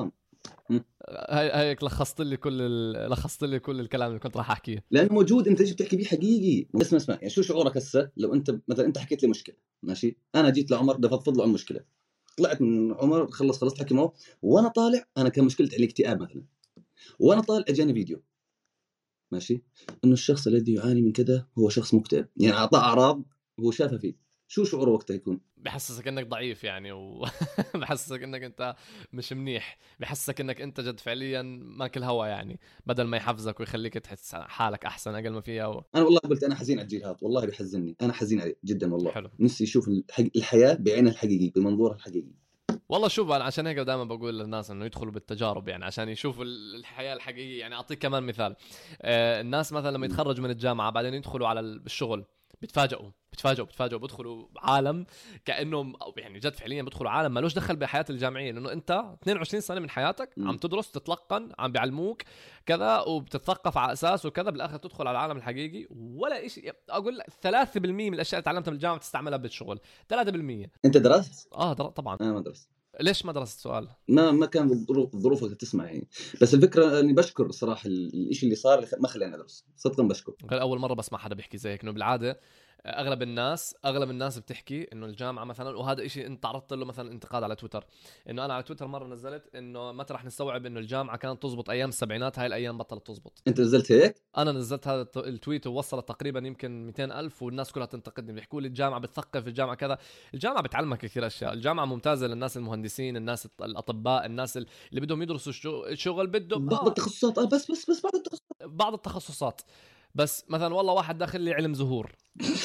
هاي هيك لخصت لي كل ال... لخصت لي كل الكلام اللي كنت راح احكيه. لانه موجود، انت ايش بتحكي بيه حقيقي. اسمع اسمع يعني شو شعورك هسه لو انت مثلا انت حكيت لي مشكله، ماشي، انا جيت لعمر بدي افضفض له عن مشكله، طلعت من عمر خلص خلصت حكي معه، وانا طالع انا كان مشكلتي الاكتئاب مثلا، وانا طالع اجاني فيديو، ماشي، انه الشخص الذي يعاني من كذا هو شخص مكتئب، يعني اعطاه اعراض هو شافها فيه، شو شعوره وقتها يكون؟ بحسسك انك ضعيف يعني، وبحسسك انك انت مش منيح، بحسسك انك انت جد فعليا ماكل هوا يعني، بدل ما يحفزك ويخليك تحس حالك احسن اقل ما فيها و... انا والله قلت انا حزين على الجيل هذا، والله بيحزنني، انا حزين عليه جدا والله، حلو. نفسي يشوف الحق... الحياه بعينها الحقيقي بمنظورها الحقيقي. والله شوف، انا عشان هيك دائما بقول للناس انه يدخلوا بالتجارب يعني عشان يشوفوا ال- الحياه الحقيقيه. يعني اعطيك كمان مثال، آه الناس مثلا لما م. يتخرجوا من الجامعه بعدين يدخلوا على الشغل، بيتفاجئوا بيتفاجئوا بيتفاجئوا بيدخلوا عالم كانهم أو يعني جد فعليا بيدخلوا عالم مالوش دخل بحياه الجامعيه، لانه انت اثنين وعشرين سنه من حياتك م. عم تدرس تتلقن، عم بيعلموك كذا وبتتثقف على اساس وكذا، بالاخر تدخل على العالم الحقيقي ولا شيء. اقول لك ثلاثة بالمية من الاشياء اللي تعلمتها بالجامعه تستعملها بالشغل، ثلاثة بالمية. انت درست؟ اه در- طبعا. انا ما درست. ليش ما درست سؤال؟ ما ما كان الظروف ظروفك تسمع يعني، بس الفكره اني بشكر صراحه الشيء اللي صار اللي خ- ما خلاني ادرس، صدقا بشكر. غير اول مره بسمع حدا بيحكي زي هيك، انه بالعاده اغلب الناس اغلب الناس بتحكي انه الجامعه مثلا، وهذا إشي انت تعرضت له مثلا انتقاد على تويتر، انه انا على تويتر مره نزلت انه متى رح نستوعب انه الجامعه كانت تزبط ايام السبعينات، هاي الايام بطلت تزبط. انت نزلت هيك؟ انا نزلت هذا الت- التويت ووصلت تقريبا يمكن مئتين ألف، والناس كلها تنتقدني بيحكوا لي الجامعه بتثقف، الجامعه كذا. الجامعه بتعلمك كثير اشياء، الجامعه ممتازه للناس المهندسين، الناس الط- الاطباء، الناس اللي بدهم يدرسوا شغل, شغل بدهم بعض اه التخصصات اه بس بس بس بعض التخصصات. بعض التخصصات. بس مثلا والله واحد داخل لي علم زهور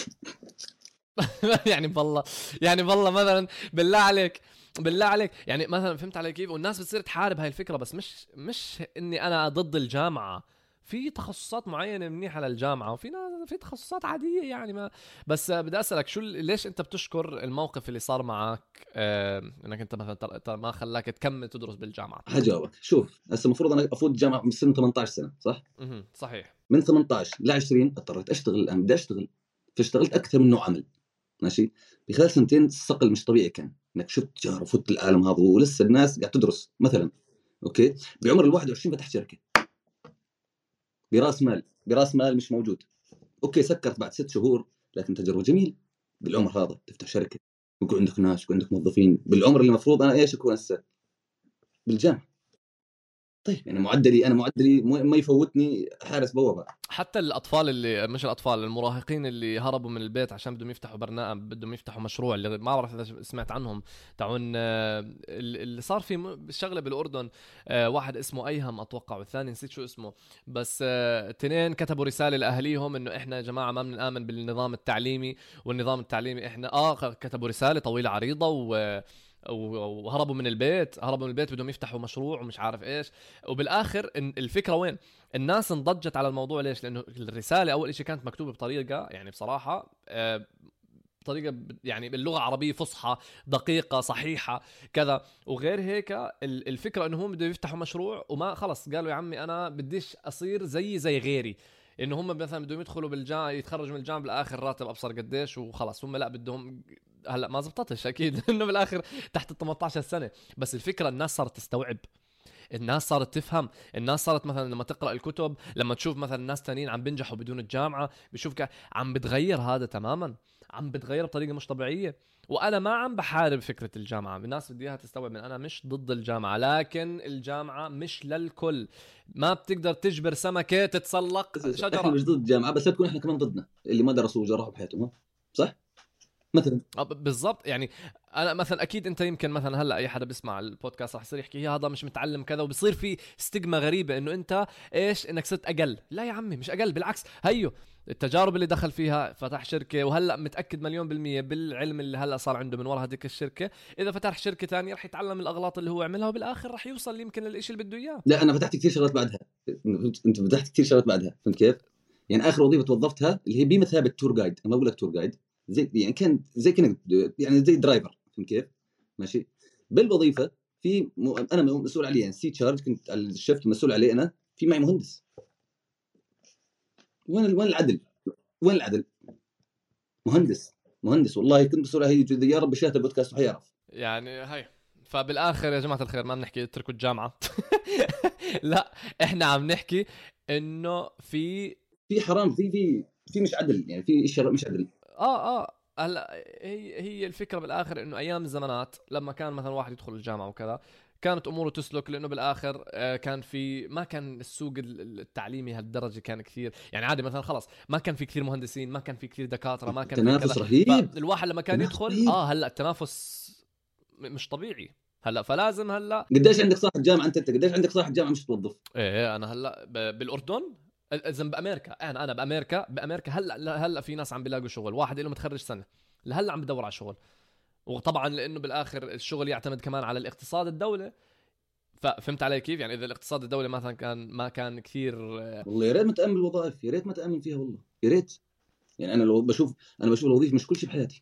يعني والله، يعني والله مثلا بالله عليك، بالله عليك يعني مثلا فهمت علي كيف؟ والناس بتصير تحارب هاي الفكره، بس مش مش اني انا ضد الجامعه، في تخصصات معينه منيحه للجامعه، وفي ناس في تخصصات عاديه يعني ما. بس بدي اسالك شو ال- ليش انت بتشكر الموقف اللي صار معك، آه انك انت مثلا تر- تر- ما خلاك تكمل تدرس بالجامعه؟ حجاوبك، شوف هسه المفروض انا افوت الجامعه من سن ثمانية عشر سنه صح؟ اها صحيح. من ثمانية عشر ل عشرين اضطريت اشتغل، الان بدي اشتغل، فاشتغلت اكثر من نوع عمل، ماشي، بخلال سنتين الصقل مش طبيعي كان، انك شفت تجاره وفت العالم هذا ولسه الناس قاعد تدرس مثلا، اوكي، بعمر ال واحد وعشرين فتحت شركه براس مال، براس مال مش موجود، اوكي سكرت بعد ست شهور، لكن تجربه جميله بالعمر هذا تفتح شركه ويكون عندك ناس ويكون عندك موظفين بالعمر اللي المفروض انا ايش اكون هسه بالجامعه. طيب يعني معدلي انا معدلي مو- ما يفوتني حارس بوابه. حتى الاطفال اللي مش الاطفال المراهقين اللي هربوا من البيت عشان بدهم يفتحوا برنامج، بدهم يفتحوا مشروع، اللي ما بعرف اذا سمعت عنهم تعون، آه، اللي صار في م- شغله بالاردن، آه، واحد اسمه ايهم اتوقع والثاني نسيت شو اسمه، بس آه، اثنين كتبوا رساله لاهليهم انه احنا يا جماعه ما بنآمن بالنظام التعليمي، والنظام التعليمي احنا اه كتبوا رساله طويله عريضه و وهربوا من البيت، هربوا من البيت بدهم يفتحوا مشروع ومش عارف ايش. وبالاخر إن- الفكره وين؟ الناس انضجت على الموضوع ليش؟ لانه الرساله اول شيء كانت مكتوبه بطريقه يعني بصراحه آه، بطريقه ب- يعني باللغه العربيه فصحى دقيقه صحيحه كذا. وغير هيك ال- الفكره انه هم بدهم يفتحوا مشروع وما خلص قالوا يا عمي انا بديش اصير زي زي غيري، انه هم مثلا بدهم يدخلوا بالجامعه يتخرجوا من الجامعه بالاخر راتب ابصر قديش وخلص، هم لا بدهم. هلا ما زبطتش اكيد انه بالاخر تحت ال ثمانية عشر سنه، بس الفكره الناس صارت تستوعب، الناس صارت تفهم، الناس صارت مثلا لما تقرا الكتب، لما تشوف مثلا ناس تانيين عم بينجحوا بدون الجامعه، بشوف ك... عم بتغير هذا تماما، عم بتغير بطريقه مش طبيعيه. وانا ما عم بحارب فكره الجامعه، الناس بدي اياها تستوعب ان انا مش ضد الجامعه، لكن الجامعه مش للكل، ما بتقدر تجبر سمكه تتسلق احنا شجره. مش ضد الجامعه، بس لا تكون احنا كمان ضدنا اللي ما درسوا وجرحوا بحياتهم، ها؟ صح مثلا. آه، ب- بالضبط يعني. انا مثلا اكيد انت يمكن مثلا هلا اي حدا بيسمع البودكاست رح يصير يحكي يا هذا مش متعلم كذا، وبصير في ستيغما غريبه انه انت ايش انك صرت اقل. لا يا عمي مش اقل، بالعكس، هيو التجارب اللي دخل فيها فتح شركه، وهلا متاكد مليون بالميه بالعلم اللي هلا صار عنده من وراء هذيك الشركه، اذا فتح شركه ثانيه رح يتعلم الاغلاط اللي هو عملها، وبالاخر رح يوصل يمكن للإشي اللي بده اياه. لا انا فتحت كثير شغلات بعدها، انت فتحت كثير شغلات بعدها، فهمت كيف؟ يعني اخر وظيفه توظفتها اللي هي بمثابه تور جايد، انا ما بقول لك تور جايد، زي يعني كان زي كنا يعني زي درايفر، فهمت كيف؟ ماشي. بالوظيفه في م... انا مسؤول عليه يعني سي تشارج، كنت على الشفت مسؤول عليه انا، في معي مهندس. وين ال... وين العدل؟ وين العدل؟ مهندس، مهندس والله كنت مسؤول عليه، يا رب شاهد البودكاست وحيعرف. يعني هاي فبالاخر يا جماعه الخير ما بنحكي اتركوا الجامعه. لا احنا عم نحكي انه في في حرام، في في في مش عدل، يعني في اشياء مش عدل. اه اه هلا هي هي الفكره بالاخر انه ايام الزمانات لما كان مثلا واحد يدخل الجامعه وكذا كانت اموره تسلك، لانه بالاخر آه، كان في ما كان السوق التعليمي هالدرجه كان كثير، يعني عادي مثلا خلص ما كان في كثير مهندسين، ما كان في كثير دكاتره، ما كان في كذا. تنافس رهيب، فالواحد لما كان تنافس يدخل رهيب. اه هلا التنافس م- مش طبيعي هلا، فلازم هلا. قديش عندك صاحب جامعه انت انت قديش عندك صاحب جامعه مش توظف؟ ايه انا هلا ب- بالاردن، اذا بامريكا، انا انا بامريكا بامريكا هلا هلا في ناس عم بيلاقوا شغل، واحد له متخرج سنه لهلا عم بدور على شغل. وطبعا لانه بالاخر الشغل يعتمد كمان على الاقتصاد الدوله. ففهمت علي كيف؟ يعني اذا الاقتصاد الدولي مثلا كان ما كان كثير. والله يا ريت ما تامن الوظائف، يا ريت ما تامن فيها والله، يا ريت. يعني انا لو بشوف انا بشوف الوظيفه مش كل شيء بحياتي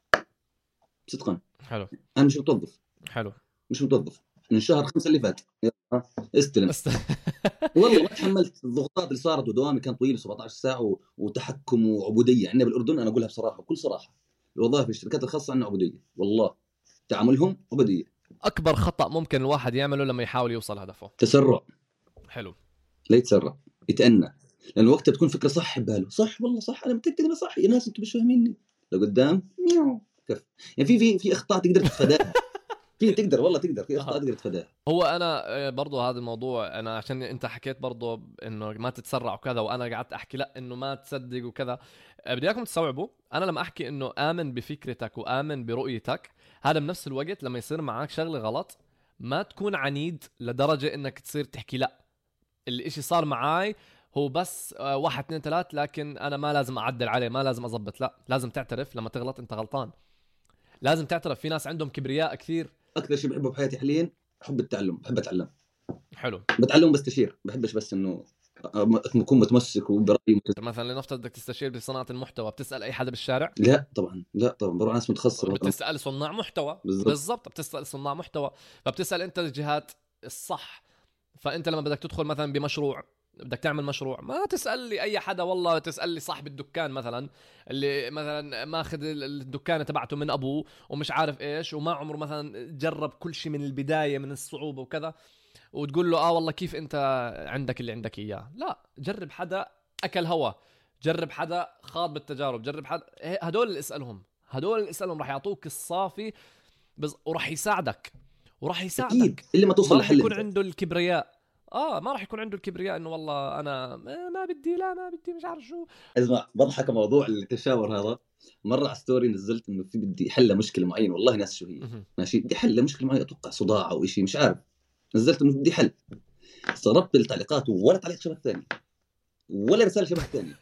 صدقا. حلو انا مش متوظف، حلو. مش متوظف من شهر خمسة اللي فات. يلا، ها، استلم. است... والله ما تحملت الضغوطات اللي صارت، ودوامي كان طويل سبعة عشر ساعه و... وتحكم وعبوديه عندنا بالاردن. انا اقولها بصراحه بكل صراحه، الوظائف في الشركات الخاصه عندنا عبوديه والله، تعاملهم عبوديه. اكبر خطا ممكن الواحد يعمله لما يحاول يوصل هدفه. تسرع، حلو. لا يتسرع، يتأنى. لأن وقتها تكون فكرة صح بباله، صح والله صح، أنا متأكد إنها صح، يا ناس أنتم مش فاهميني. لقدام ميو كف. يعني في في في أخطاء تقدر تتفاداها، في تقدر والله تقدر في أخطاء أه. تقدر تتفاداها. هو انا آه، برضو هذا الموضوع، انا عشان انت حكيت برضو انه ما تتسرع وكذا، وانا قعدت احكي لا انه ما تصدق وكذا. آه، بدي اياكم تستوعبوا، انا لما احكي انه امن بفكرتك وامن برؤيتك، هذا بنفس الوقت لما يصير معك شغله غلط ما تكون عنيد لدرجه انك تصير تحكي لا الاشي صار معاي هو بس آه، واحد اثنين ثلاث، لكن انا ما لازم اعدل عليه، ما لازم اضبط. لا، لازم تعترف لما تغلط انت غلطان. لازم تعترف. في ناس عندهم كبرياء كثير. أكثر شيء بحبه بحياتي حاليا حب التعلم، بحب أتعلم، حلو. بتعلم بستشير، بحبش بس إنه أكون متمسك وبرأيي مت... مثلا لنفترض بدك تستشير بصناعه المحتوى، بتسال اي حدا بالشارع؟ لا طبعا، لا طبعا بروح ناس متخصصة بطبعاً. بتسال صناع محتوى. بالضبط. بالضبط، بتسال صناع محتوى. فبتسال انت الجهات الصح. فانت لما بدك تدخل مثلا بمشروع، بدك تعمل مشروع، ما تسال لي اي حدا، والله تسال لي صاحب الدكان مثلا اللي مثلا ماخذ الدكانه تبعته من ابوه ومش عارف ايش، وما عمره مثلا جرب كل شيء من البدايه من الصعوبه وكذا، وتقول له اه والله كيف انت عندك اللي عندك اياه. لا، جرب حدا اكل هوا، جرب حدا خاض بالتجارب، جرب حدا. هدول اللي اسالهم، هدول اللي اسالهم راح يعطوك الصافي بز... وراح يساعدك، وراح أكيد، يساعدك. اللي ما ما توصل راح لحل يكون أنت. عنده الكبرياء. اه ما راح يكون عنده الكبرياء انه والله انا ما ما بدي، لا ما بدي مش عارف شو. اسمع، بضحك موضوع التشاور هذا. مره على ستوري نزلت انه في بدي حل مشكله معينه، والله ناس شو هي، مهم. ماشي بدي حل مشكله معينه، اتوقع صداع او شيء مش عارف. نزلت انه بدي حل، استغربت التعليقات، ولا تعليق شبه الثاني ولا رساله شبه الثاني.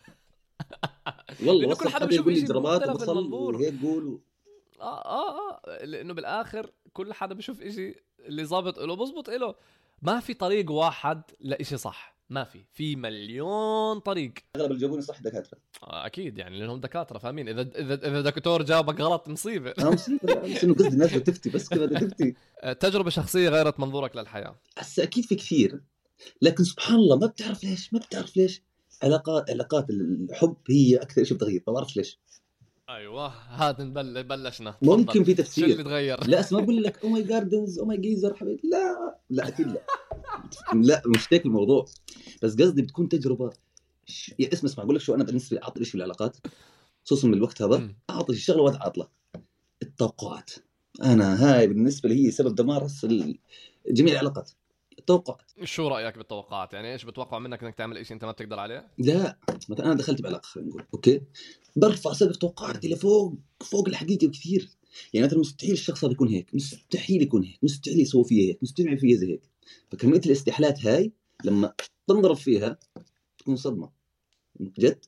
والله لانه كل وصل حدا حدا بيشوف يقول لي إشي جرابات بمختلف وبصل المنظور. وهيك قول و... اه اه اه لانه بالاخر كل حدا بيشوف إشي اللي ظابط له بزبط له. ما في طريق واحد لإشي صح، ما في في مليون طريق. اغلب اللي جابوني صح دكاتره. آه اكيد يعني لانهم دكاتره فاهمين. اذا اذا اذا دكتور جابك غلط مصيبه. انا مصيبه، لا، بس انه قصدي الناس بتفتي بس كذا بدها تفتي. تجربه شخصيه غيرت منظورك للحياه. هسه اكيد في كثير، لكن سبحان الله ما بتعرف ليش، ما بتعرف ليش علاقات علاقات الحب هي اكثر شيء بتغير، ما بعرفش ليش. ايوه هات نبل بلشنا تفضل. ممكن في شو اللي تفسير. تغير؟ لا اسمع بقول لك او ماي جاردنز او ماي جيزر حبيبي، لا لا اكيد لا. لا مش هيك الموضوع، بس قصدي بتكون تجربه. ش... يا اسمع اسمع اقول لك شو انا بالنسبه لي اعطي شيء بالعلاقات، خصوصا من الوقت هذا، مم. اعطي الشغله وقت عاطله. التوقعات، انا هاي بالنسبه لي هي سبب دمار ال- جميع العلاقات. التوقعات. شو رايك بالتوقعات؟ يعني ايش بتوقع منك انك تعمل إشي انت ما بتقدر عليه؟ لا مثلا انا دخلت بعلاقه خلينا نقول اوكي، برفع سقف توقعاتي لفوق فوق الحقيقه بكثير. يعني مثلا مستحيل الشخص هذا يكون هيك، مستحيل يكون هيك، مستحيل يسوي فيها هيك، مستحيل فيها زي هيك. فكميه الاستحالات هاي لما تنضرب فيها تكون صدمه جد.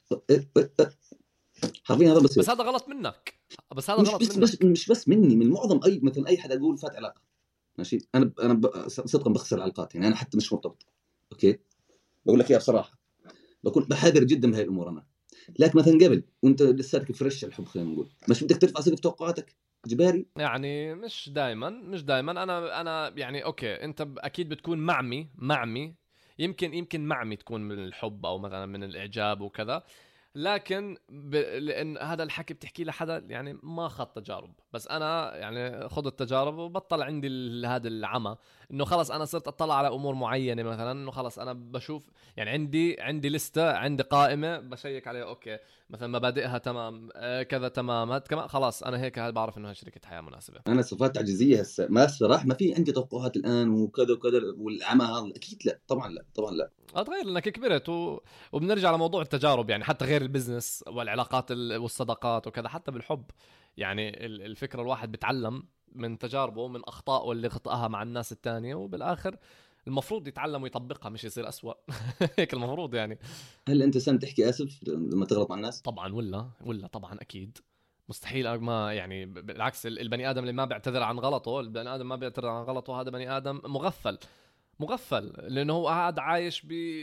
حرفيا هذا بصير. بس هذا غلط منك، بس هذا مش غلط بس, منك. بس مش بس مني، من معظم اي مثلا اي حدا اقول فات علاقه ماشي، انا انا ب- صدقا بخسر العلاقات، يعني انا حتى مش مرتبط اوكي، بقول لك اياها بصراحه، بكون بحذر جدا بهاي الامور انا. لكن مثلا قبل وانت لساتك فريش الحب خلينا نقول، مش بدك ترفع سقف توقعاتك اجباري. يعني مش دائما مش دائما انا انا يعني اوكي انت ب- اكيد بتكون معمي معمي يمكن يمكن معمي تكون من الحب او مثلا من الاعجاب وكذا، لكن ب... لان هذا الحكي بتحكي لحدا يعني ما خض تجارب، بس انا يعني خض التجارب وبطل عندي ال... هذا العمى انه خلص انا صرت اطلع على امور معينه، مثلا انه خلص انا بشوف يعني عندي عندي لسته، عندي قائمه بشيك عليها، اوكي مثلا مبادئها تمام، آه كذا تمام، هاد كمان خلاص انا هيك هاد بعرف انه هي شركه حياه مناسبه. انا صفات تعجيزيه هسه ما صراحه ما في عندي توقعات الان وكذا وكذا والعمى هذا اكيد لا طبعا لا طبعا لا. اتغير لانك كبرت و... وبنرجع لموضوع التجارب، يعني حتى غير البزنس والعلاقات ال- والصداقات وكذا، حتى بالحب يعني ال- الفكرة الواحد بتعلم من تجاربه، من أخطائه اللي خطأها مع الناس التانية، وبالآخر المفروض يتعلم ويطبقها مش يصير أسوأ. هيك المفروض يعني. هل انت سام تحكي اسف لما تغلط مع الناس؟ طبعا ولا ولا طبعا أكيد مستحيل ما يعني ب- بالعكس، ال- البني آدم اللي ما بيعتذر عن غلطه، البني آدم ما بيعتذر عن غلطه هذا بني آدم مغفل، مغفل لانه هو قاعد عايش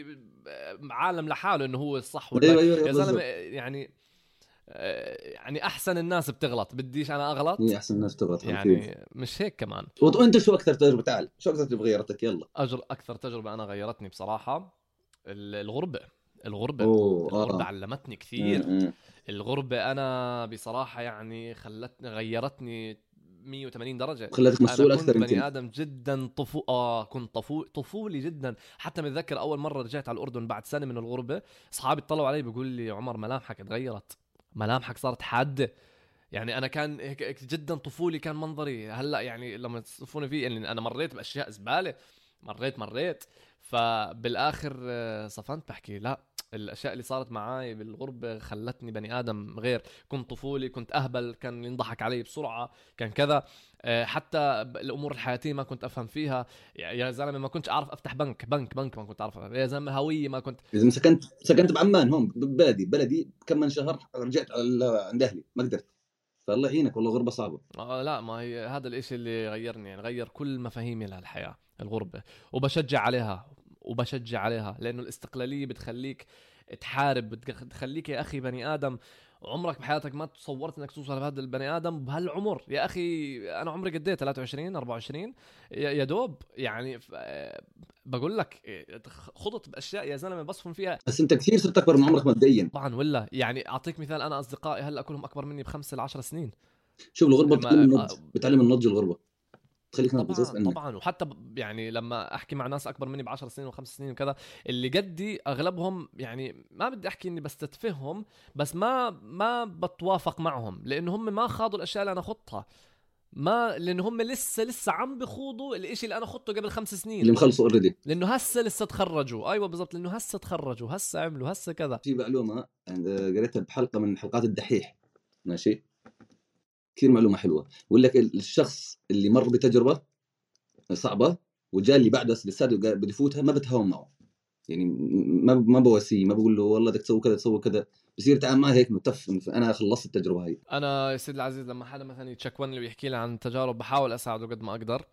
بعالم لحاله انه هو الصح والباقي. ايوه ايوه يا زلمه بالضبط. يعني يعني احسن الناس بتغلط، بديش انا اغلط هي احسن الناس تغلط اكيد. يعني، مش هيك كمان. وانت شو اكثر تجربه؟ تعال شو اكثر تجربه غيرتك؟ يلا. اجر اكثر تجربه انا غيرتني بصراحه ال- الغربه. الغربه اوه الغربه اه. علمتني كثير. م- م. الغربه انا بصراحه يعني خلتني غيرتني مية وثمانين درجه. خلتك انا مسؤول كنت اكثر يمكن. بني ادم جدا طفو اه كنت طفو طفولي جدا. حتى متذكر اول مره رجعت على الاردن بعد سنه من الغربه، اصحابي اطلعوا علي بيقول لي عمر ملامحك تغيرت، ملامحك صارت حاده. يعني انا كان هيك هيك جدا طفولي كان منظري، هلا يعني لما تصفوني فيه يعني انا مريت باشياء زباله، مريت مريت فبالاخر آه، صفنت بحكي لا، الاشياء اللي صارت معاي بالغربه خلتني بني ادم غير. كنت طفولي كنت اهبل، كان ينضحك علي بسرعه، كان كذا. آه، حتى الامور الحياتيه ما كنت افهم فيها. يا يا زلمه ما كنتش اعرف افتح بنك بنك بنك ما كنت اعرف. يا زلمه هويه ما كنت. اذا سكنت سكنت بعمان هون ببلدي بلدي كم من شهر رجعت على عند اهلي ما قدرت. فالله يعينك والله غربه صعبه. آه لا، ما هي هذا الاشي اللي غيرني، يعني غير كل مفاهيمي للحياة الغربة. وبشجع عليها وبشجع عليها لأنه الاستقلالية بتخليك تحارب، بتخليك يا أخي بني آدم عمرك بحياتك ما تصورت انك توصل لهذا البني ادم بهالعمر. يا اخي انا عمري قد ايه ثلاثة وعشرين أربعة وعشرين يا يا دوب يعني ف... بقول لك خضت باشياء يا زلمه بصفن فيها. بس انت كثير صرت اكبر من عمرك مبدئيا. طبعا ولا يعني اعطيك مثال، انا اصدقائي هلا كلهم اكبر مني بخمس لعشر سنين. شوف الغربه بتعلم ما النضج، بتعلم النضج الغربه تخليك ناضج غصب طبعا عنك. طبعا. وحتى ب- يعني لما احكي مع ناس اكبر مني بعشر سنين وخمس سنين وكذا، اللي قدي اغلبهم يعني ما بدي احكي اني بستتفهم، بس ما ما بتوافق معهم لانه هم ما خاضوا الاشياء اللي انا خضتها. ما لان هم لسه لسه عم بخوضوا الاشي اللي انا خضته قبل خمس سنين، اللي مخلصوا اوريدي. لانه هسه لسه تخرجوا. ايوه بالضبط، لانه هسه تخرجوا، هسه عملوا، هسه كذا. في معلومه قريتها بحلقه من حلقات الدحيح، ماشي، كثير معلومه حلوه. بقول لك الشخص اللي مر بتجربه صعبه وجاء اللي بعده لسه بده يفوتها ما بتهاون معه، يعني ما ما بواسيه، ما بقول له والله بدك تسوي كذا تسوي كذا، بصير تعامل معي هيك متف. انا خلصت التجربه هاي. انا يا سيدي العزيز لما حدا مثلا يتشكوني ويحكي لي عن تجارب بحاول اساعده قد ما اقدر.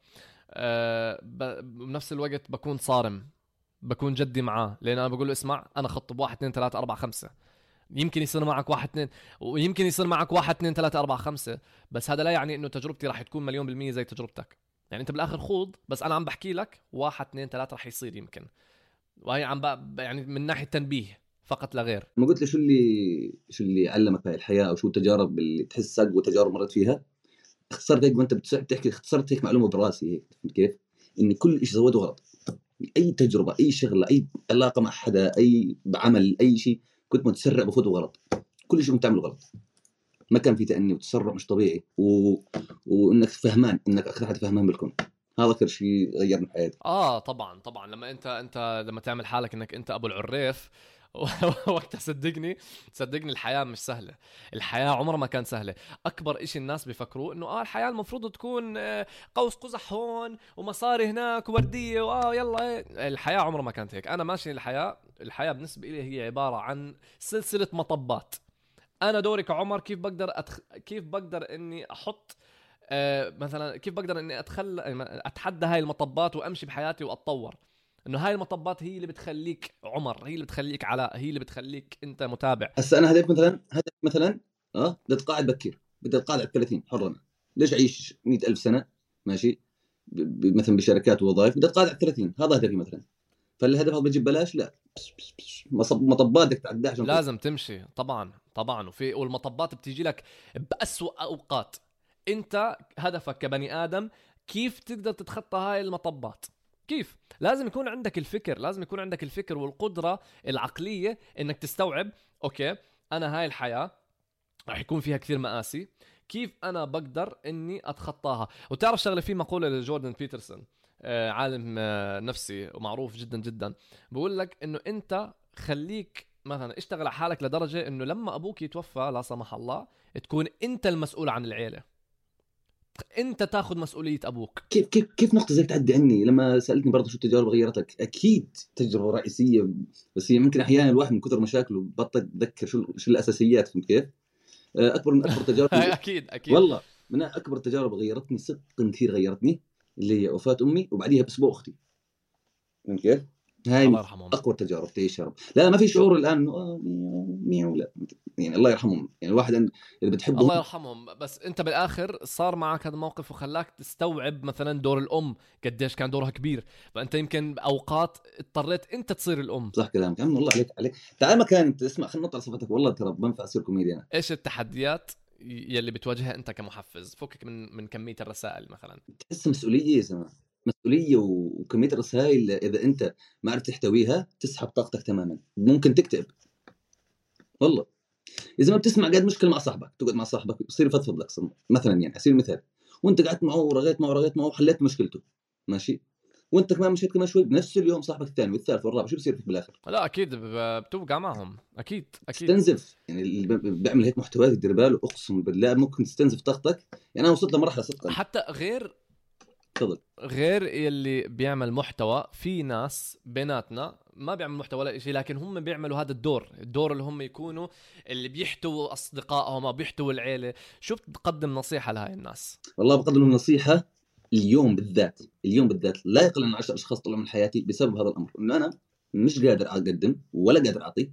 أه ب- بنفس الوقت بكون صارم، بكون جدي معاه، لان انا بقول له اسمع انا خط بواحد اثنين ثلاثة أربعة خمسة، يمكن يصير معك واحد اثنين ويمكن يصير معك واحد اثنين ثلاثة أربعة خمسة، بس هذا لا يعني انه تجربتي راح تكون مليون بالمية زي تجربتك. يعني انت بالاخر خوض، بس انا عم بحكي لك واحد اثنين ثلاثة راح يصير يمكن، وهي عم ب... يعني من ناحية تنبيه فقط لا غير. ما قلت له شو اللي شو اللي علمك هاي الحياه او شو التجارب اللي تحسك وتجارب مرت فيها؟ اختصرت هيك وانت بتحكي، اختصرت هيك معلومه براسي هيك. فهمت كيف؟ ان كل شيء سويته غلط، اي تجربه اي شغله اي علاقه مع حدا اي عمل اي شيء كنت متسرع بفوته غلط. كل شيء كنت تعمله غلط، ما كان في تأني وتسرع مش طبيعي و... وانك فهمان، انك اكثر حد فهمان بالكون. هذا اكثر شيء غير من حياتي. اه طبعا طبعا. لما انت انت لما تعمل حالك انك انت ابو العريف وقتها صدقني صدقني الحياة مش سهلة. الحياة عمرها ما كانت سهلة. أكبر إشي الناس بيفكروا إنه آه الحياة المفروض تكون آه قوس قزح هون ومصاري هناك ووردية وآه يلا إيه. الحياة عمرها ما كانت هيك. أنا ماشي الحياة الحياة بالنسبة لي هي عبارة عن سلسلة مطبات. أنا دوري كعمر كيف بقدر أتخ... كيف بقدر إني أحط آه مثلا كيف بقدر إني أتخل أتحدى هاي المطبات وأمشي بحياتي وأتطور. انه هاي المطبات هي اللي بتخليك عمر، هي اللي بتخليك علاء، هي اللي بتخليك انت متابع. هسه انا هدف مثلا هدف مثلا اه بدي اتقاعد بكير، بدي اتقاعد على ثلاثين حر. انا ليش اعيش مئة ألف سنه ماشي ب... ب... مثلا بشركات ووظائف؟ بدي اتقاعد على ثلاثين، هذا هدفي مثلا. فالهدف هذا بجيب بلاش؟ لا، مصب مطبات بدك تعديها عشان لازم تمشي طبعا طبعا. وفي والمطبات بتيجي لك بأسوأ اوقات. انت هدفك كبني ادم كيف تقدر تتخطى هاي المطبات. كيف؟ لازم يكون عندك الفكر، لازم يكون عندك الفكر والقدرة العقلية انك تستوعب اوكي انا هاي الحياة راح يكون فيها كثير مآسي، كيف انا بقدر اني اتخطاها. وتعرف شغله، في مقوله لجوردن بيترسون آه، عالم آه، نفسي ومعروف جدا جدا، بقول لك انه انت خليك مثلا اشتغل على حالك لدرجه انه لما ابوك يتوفى لا سمح الله تكون انت المسؤول عن العيله، انت تاخذ مسؤوليه ابوك. كيف كيف كيف نقطة زي تعدي عني لما سألتني برضه شو التجارب غيرتك؟ أكيد تجربة رئيسية، بس هي ممكن أحيانا الواحد من كثر مشاكله بطل يتذكر شو شو الأساسيات. فهمت كيف؟ أكبر من أكبر تجارب اكيد اكيد. والله من أكبر تجارب غيرتني صدقا كثير غيرتني اللي هي وفاة أمي وبعديها بأسبوع أختي. فهمت كيف؟ هاي الله من يرحمهم. أقوى تجارب تعيش يا رب. لا ما في شعور الآن إنه آه ميو ميو لا، يعني الله يرحمهم. يعني الواحد إذا بتحبهم الله يرحمهم، بس انت بالاخر صار معك هذا الموقف وخلاك تستوعب مثلا دور الام قديش كان دورها كبير، فانت يمكن باوقات اضطريت انت تصير الام. صح كلامك. عم والله عليك عليك. تعال مكان انت اسمع، خلينا نطلع صفتك. والله ترى بنفع اصير كوميديان. ايش التحديات يلي بتواجهها انت كمحفز؟ فكك من من كميه الرسائل مثلا. تحس مسؤوليه يا زلمه، مسؤوليه و- وكميه الرسائل اذا انت ما عرفت تحتويها تسحب طاقتك تماما، ممكن تكتئب. والله اذا ما بتسمع قاعد مشكله مع صاحبك، تقعد مع صاحبك يصير يفضفض لك صم- مثلا، يعني اسير مثال، وانت قعدت معه ورغيت معه ورغيت معه وحليت مشكلته ماشي، وانت كمان مشيت كمان شوي بنفس اليوم صاحبك الثاني والثالث والرابع، شو بصير فيك بالاخر؟ لا اكيد ب- بتوقع معهم، اكيد اكيد. تستنزف. يعني اللي ب- بيعمل هيك محتويات يدير باله اقسم بالله ممكن تستنزف طاقتك. يعني انا وصلت لمرحله صدقا. حتى غير تفضل. غير اللي بيعمل محتوى، في ناس بيناتنا ما بيعمل محتوى ولا شيء، لكن هم بيعملوا هذا الدور الدور اللي هم يكونوا اللي بيحتووا اصدقائهم او بيحتووا العيله. شو بتقدم نصيحه لهاي الناس؟ والله بقدم لهم نصيحة. اليوم بالذات اليوم بالذات لا يقل عن عشر أشخاص طلعوا من حياتي بسبب هذا الأمر، إنه أنا مش قادر أقدم ولا قادر أعطي.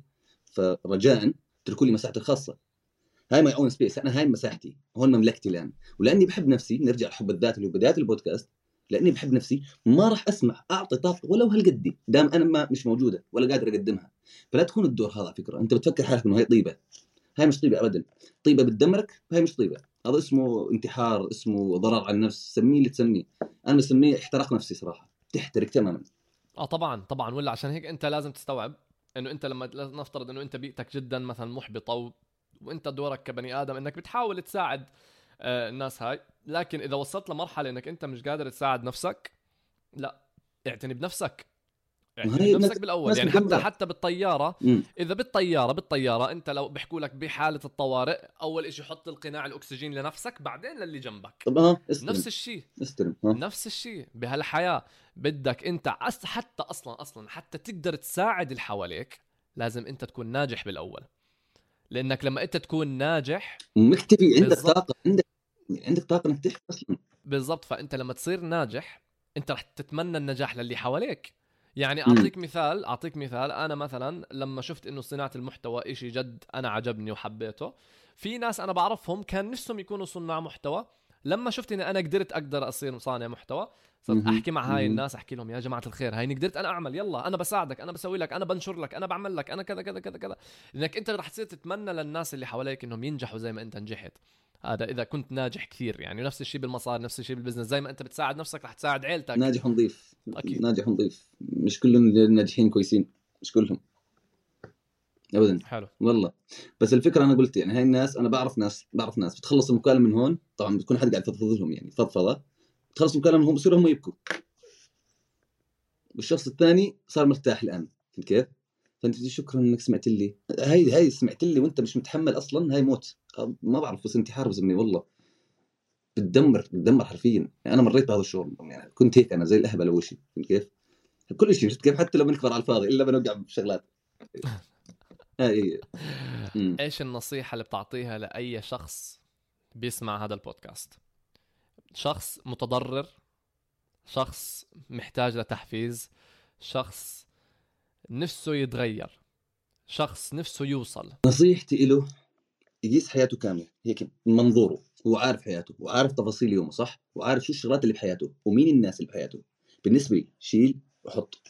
فرجاء اتركوا لي مساحتي الخاصة. هاي ماي اون سبيس، أنا هاي مساحتي، هون مملكتي الآن. ولأني بحب نفسي، نرجع لحب الذات اللي هو بداية البودكاست، لأني بحب نفسي ما راح أسمح أعطي طاقة ولو هالقدي دام أنا ما مش موجودة ولا قادر أقدمها. فلا تكون الدور هذا على فكرة. أنت بتفكر حالك إنه هاي طيبة، هاي مش طيبة أبدا. طيبة بتدمرك، هاي مش طيبة. هذا اسمه انتحار، اسمه ضرر على النفس، سميه اللي تسميه. أنا بسميه احتراق نفسي صراحة، تحترق تماما. اه طبعا طبعا. ولا عشان هيك انت لازم تستوعب انه انت لما نفترض انه انت بيئتك جدا مثلا محبطه و... وانت دورك كبني ادم انك بتحاول تساعد آه الناس هاي، لكن اذا وصلت لمرحله انك انت مش قادر تساعد نفسك، لا، اعتني بنفسك، اعتني وهي بنفسك الناس بالاول. ناس يعني حتى مدمرة. حتى بالطياره، امم اذا بالطياره بالطياره انت لو بيحكوا لك بحاله الطوارئ اول إشي حط القناع الاكسجين لنفسك بعدين للي جنبك. طب ها استلم نفس الشيء استلم ها. نفس الشيء بهالحياة. بدك انت عس- حتى اصلا اصلا حتى تقدر تساعد اللي حواليك لازم انت تكون ناجح بالاول، لانك لما انت تكون ناجح مكتفي عندك بالضبط طاقة، عندك عندك طاقة انك تحكي اصلا. بالضبط. فانت لما تصير ناجح انت رح تتمنى النجاح للي حواليك. يعني امم اعطيك مثال اعطيك مثال انا مثلا لما شفت انه صناعة المحتوى اشي جد انا عجبني وحبيته، في ناس انا بعرفهم كان نفسهم يكونوا صناع محتوى، لما شفت اني انا قدرت اقدر اصير صانع محتوى صرت مهم. احكي مع هاي مهم. الناس احكي لهم يا جماعة الخير هاي قدرت انا اعمل، يلا انا بساعدك، انا بسوي لك، انا بنشر لك، انا بعمل لك، انا كذا كذا كذا كذا. لانك انت رح تصير تتمنى للناس اللي حواليك انهم ينجحوا زي ما انت نجحت. هذا اذا كنت ناجح كثير، يعني نفس الشيء بالمصاري، نفس الشيء بالبزنس، زي ما انت بتساعد نفسك رح تساعد عيلتك. ناجح ونظيف. اكيد. ناجح ونظيف، مش كلهم الناجحين كويسين، مش كلهم ابدا. حلو. والله بس الفكره انا قلت يعني هاي الناس، انا بعرف ناس بعرف ناس بتخلص المكالمه من هون، طبعا بتكون حد قاعد يفضفض لهم يعني فضفضه، تخلص المكالمه من هون بصيروا هم يبكوا، والشخص الثاني صار مرتاح الان. فهمت كيف؟ فانت تقول شكرا انك سمعت لي. هاي هاي سمعت لي وانت مش متحمل اصلا، هاي موت. ما بعرف بس انتحار بسميه والله. بتدمر بتدمر حرفيا. يعني انا مريت بهذا الشعور، يعني كنت هيك انا زي الاهبل اول شيء. فهمت كيف؟ كل شيء شفت كيف، حتى لما نكبر على الفاضي الا بنوقع بشغلات. هاي امم ايش النصيحة اللي بتعطيها لأي شخص بيسمع هذا البودكاست؟ شخص متضرر، شخص محتاج لتحفيز، شخص نفسه يتغير، شخص نفسه يوصل. نصيحتي له يقيس حياته كامله هيك من منظوره. هو عارف حياته وعارف تفاصيل يومه صح، وعارف شو الشغلات اللي بحياته ومين الناس اللي بحياته. بالنسبه لي شيل وحط.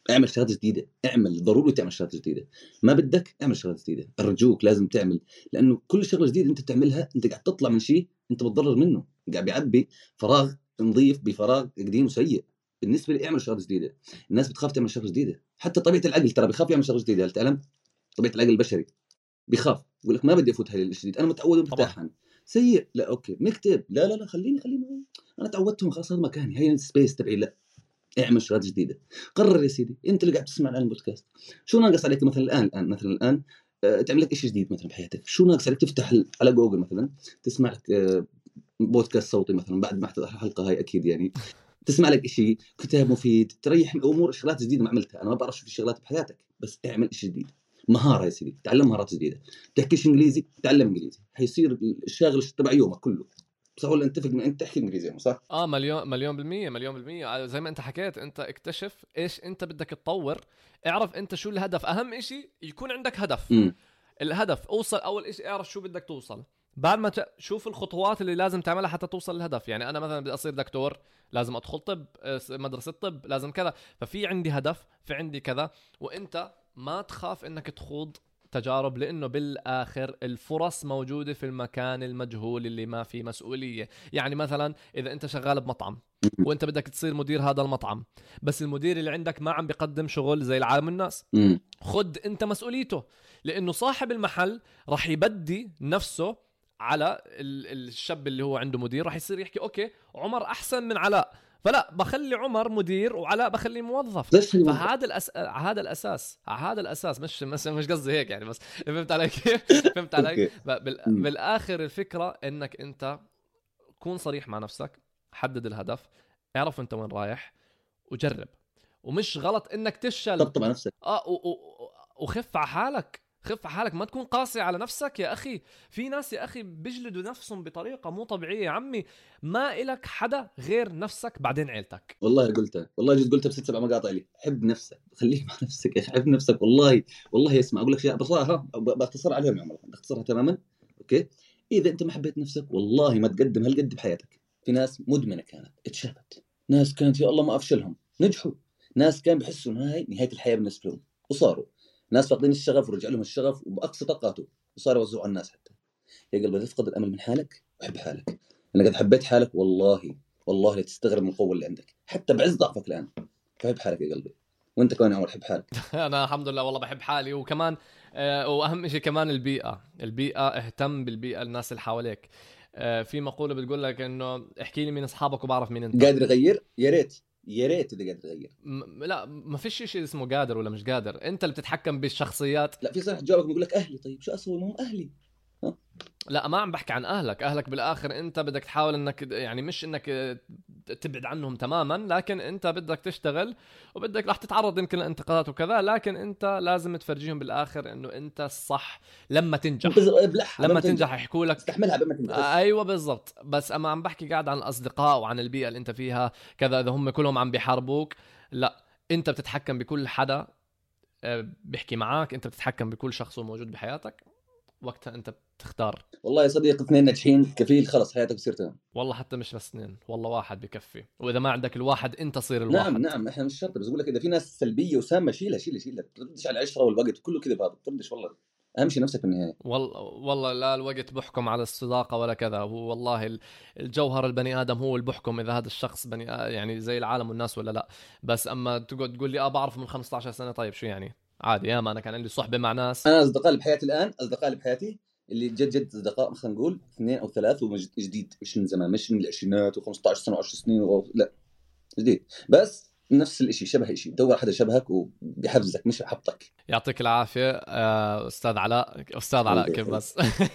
اعمل شغلات جديده، اعمل ضروري تعمل شغلات جديده. ما بدك اعمل شغلات جديده، ارجوك لازم تعمل، لانه كل شغله جديده انت بتعملها انت قاعد تطلع من شيء انت بتضرر منه، قاعد بيعبي فراغ نظيف بفراغ قديم وسيء. بالنسبه لي اعمل شغلات جديده. الناس بتخاف تعمل شغله جديده، حتى طبيعه العقل ترى بيخاف يعمل شغله جديده. هل تعلم؟ طبيعه العقل البشري بيخاف، يقول لك ما بدي افوت هاي الجديد، انا متعود ومرتاح. انا سيء، لا اوكي مكتب، لا لا لا خليني خليني انا تعودتهم خلاص هذا مكاني، هاي السبيس تبعي. لا، اعمل شغلات جديده. قرر يا سيدي، انت اللي قاعد تسمع الان البودكاست، شو ناقص عليك مثلا الان الان مثلا الان آه، تعمل لك شيء جديد مثلا بحياتك؟ شو ناقص عليك تفتح على جوجل مثلا تسمع لك آه، بودكاست صوتي مثلا بعد ما تحضر الحلقه هاي اكيد يعني، تسمع لك شيء كتاب مفيد تريح امور، شغلات جديده ما عملتها. انا ما بعرف شو في شغلات بحياتك، بس اعمل شيء جديد. مهاره يا سيدي، تعلم مهارات جديده. تحكيش انجليزي، تعلم انجليزي، حيصير الشاغل تبع يومك كله. صح ولا نتفق ان انت تحكي انجليزي صح؟ اه مليون مليون بالمية مليون بالمية زي ما انت حكيت. انت اكتشف ايش انت بدك تطور، اعرف انت شو الهدف. اهم اشي يكون عندك هدف. امم الهدف اوصل اول اشي، اعرف شو بدك توصل. بعد ما ت... شوف الخطوات اللي لازم تعملها حتى توصل للهدف. يعني انا مثلا بدي اصير دكتور، لازم ادخل طب، آه، مدرسة طب، لازم كذا. ففي عندي هدف، في عندي كذا. وانت ما تخاف انك تخوض تجارب، لانه بالاخر الفرص موجودة في المكان المجهول اللي ما فيه مسؤولية. يعني مثلا اذا انت شغال بمطعم وانت بدك تصير مدير هذا المطعم، بس المدير اللي عندك ما عم بيقدم شغل زي العالم الناس، امم خد انت مسؤوليته. لانه صاحب المحل راح يبدي نفسه على ال- الشاب اللي هو عنده مدير، راح يصير يحكي اوكي عمر احسن من علاء، فلا بخلي عمر مدير وعلاء بخليه موظف. ليش خلي موظف؟ فهذا الأس... هذا الاساس هذا الاساس مش مش مش قصدي هيك يعني، بس فهمت علي كيف؟ فهمت علي. اوكي. بال... امم بالاخر الفكره انك انت كون صريح مع نفسك، حدد الهدف، اعرف انت وين رايح، وجرب. ومش غلط انك تفشل. طبطب على نفسك. اه و... و... وخف على حالك، خف على حالك، ما تكون قاسي على نفسك يا اخي. في ناس يا اخي بيجلدوا نفسهم بطريقه مو طبيعيه. يا عمي ما إلك حدا غير نفسك بعدين عيلتك. والله قلتها، والله جيت قلتها بست سبع مقاطع لي. حب نفسك، خليك مع نفسك يا اخي، حب نفسك والله. والله اسمع اقول لك شيء بصراحه باختصر عليهم يا عمر، باختصرها تماما. اوكي، اذا انت ما حبيت نفسك والله ما تقدم هالقد بحياتك. في ناس مدمنه كانت اتشافت، ناس كانت يا الله ما افشلهم نجحوا، ناس كان بيحسوا ان هاي نهايه الحياه بالنسبه لهم وصاروا، ناس فاقدين الشغف ورجع لهم الشغف وباقصى طاقاته وصاروا يوزعوا على الناس. حتى يا قلبي لا تفقد الامل من حالك وحب حالك. انا قد حبيت حالك والله، والله لا تستغرب من القوه اللي عندك حتى بعز ضعفك الان. فحب حالك يا قلبي، وانت كمان يا عمر حب حالك. انا الحمد لله والله بحب حالي. وكمان آه واهم شيء كمان البيئه البيئه اهتم بالبيئه، الناس اللي حواليك. آه في مقوله بتقول لك انه احكي لي مين اصحابك وبعرف مين انت. قادر يغير؟ يا ريت يا ريت اذا قادر يغير. م- لا ما فيش شيء اسمه قادر ولا مش قادر، انت اللي بتتحكم بالشخصيات. لا في صراحه جوابك بيقول لك اهلي، طيب شو اسوي؟ ما هم اهلي. ها؟ لا ما عم بحكي عن اهلك. اهلك بالاخر انت بدك تحاول انك يعني مش انك تبعد عنهم تماما، لكن انت بدك تشتغل وبدك راح تتعرض يمكن لانتقادات وكذا، لكن انت لازم تفرجيهم بالاخر انه انت الصح. لما تنجح بز- ابلعها لما بما تنجح يحكوا لك استحملها بما تنجح بس. ايوه بالضبط. بس اما عم بحكي قاعد عن الاصدقاء وعن البيئه اللي انت فيها كذا، اذا هم كلهم عم بيحاربوك، لا انت بتتحكم بكل حدا آه، بيحكي معك، انت بتتحكم بكل شخص موجود بحياتك، وقتها انت بتختار. والله يا صديقي اثنين ناجحين كفيل، خلص حياتك بتصير تمام. والله حتى مش بس اثنين، والله واحد بكفي. واذا ما عندك الواحد انت صير نعم الواحد. نعم احنا مش شرط، بس اقول لك اذا في ناس سلبيه وسامه شيلها شيلها شيلها، تردش على العشره والوقت كله كذا، بهذا تردش والله. اهم شيء نفسك في النهايه. والله والله لا الوقت بحكم على الصداقه ولا كذا. هو والله ال- الجوهر البني ادم هو اللي بحكم اذا هذا الشخص بني آ- يعني زي العالم والناس ولا لا. بس اما تقعد تقول لي اه بعرف من خمسة عشر سنه، طيب شو يعني؟ عادي يا ما انا كان عندي صحبه مع ناس. انا اصدقائي اللي بحياتي الان، اصدقائي اللي بحياتي اللي جد جد اصدقاء، خلينا نقول اثنين او ثلاث وجديد، مش من زمان، مش من العشرينات و15 سنه و10 سنين و... لا جديد. بس نفس الشيء، شبه شيء، دور على حدا شبهك وبيحفزك مش يحبطك. يعطيك العافيه آه، استاذ علاء. استاذ علاء كيف بس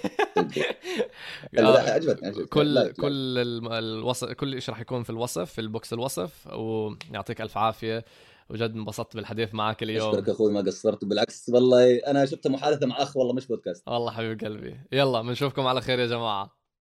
لا آه، عجبتني عجبتني. كل لايك لايك. كل الم- الوصف كل شيء راح يكون في الوصف، في البوكس الوصف. ويعطيك الف عافيه، وجد انبسطت بالحديث معك اليوم. اشكرك اخوي ما قصرت، بالعكس والله انا شفت محادثه مع اخ والله مش بودكاست. والله حبيب قلبي. يلا بنشوفكم على خير يا جماعه.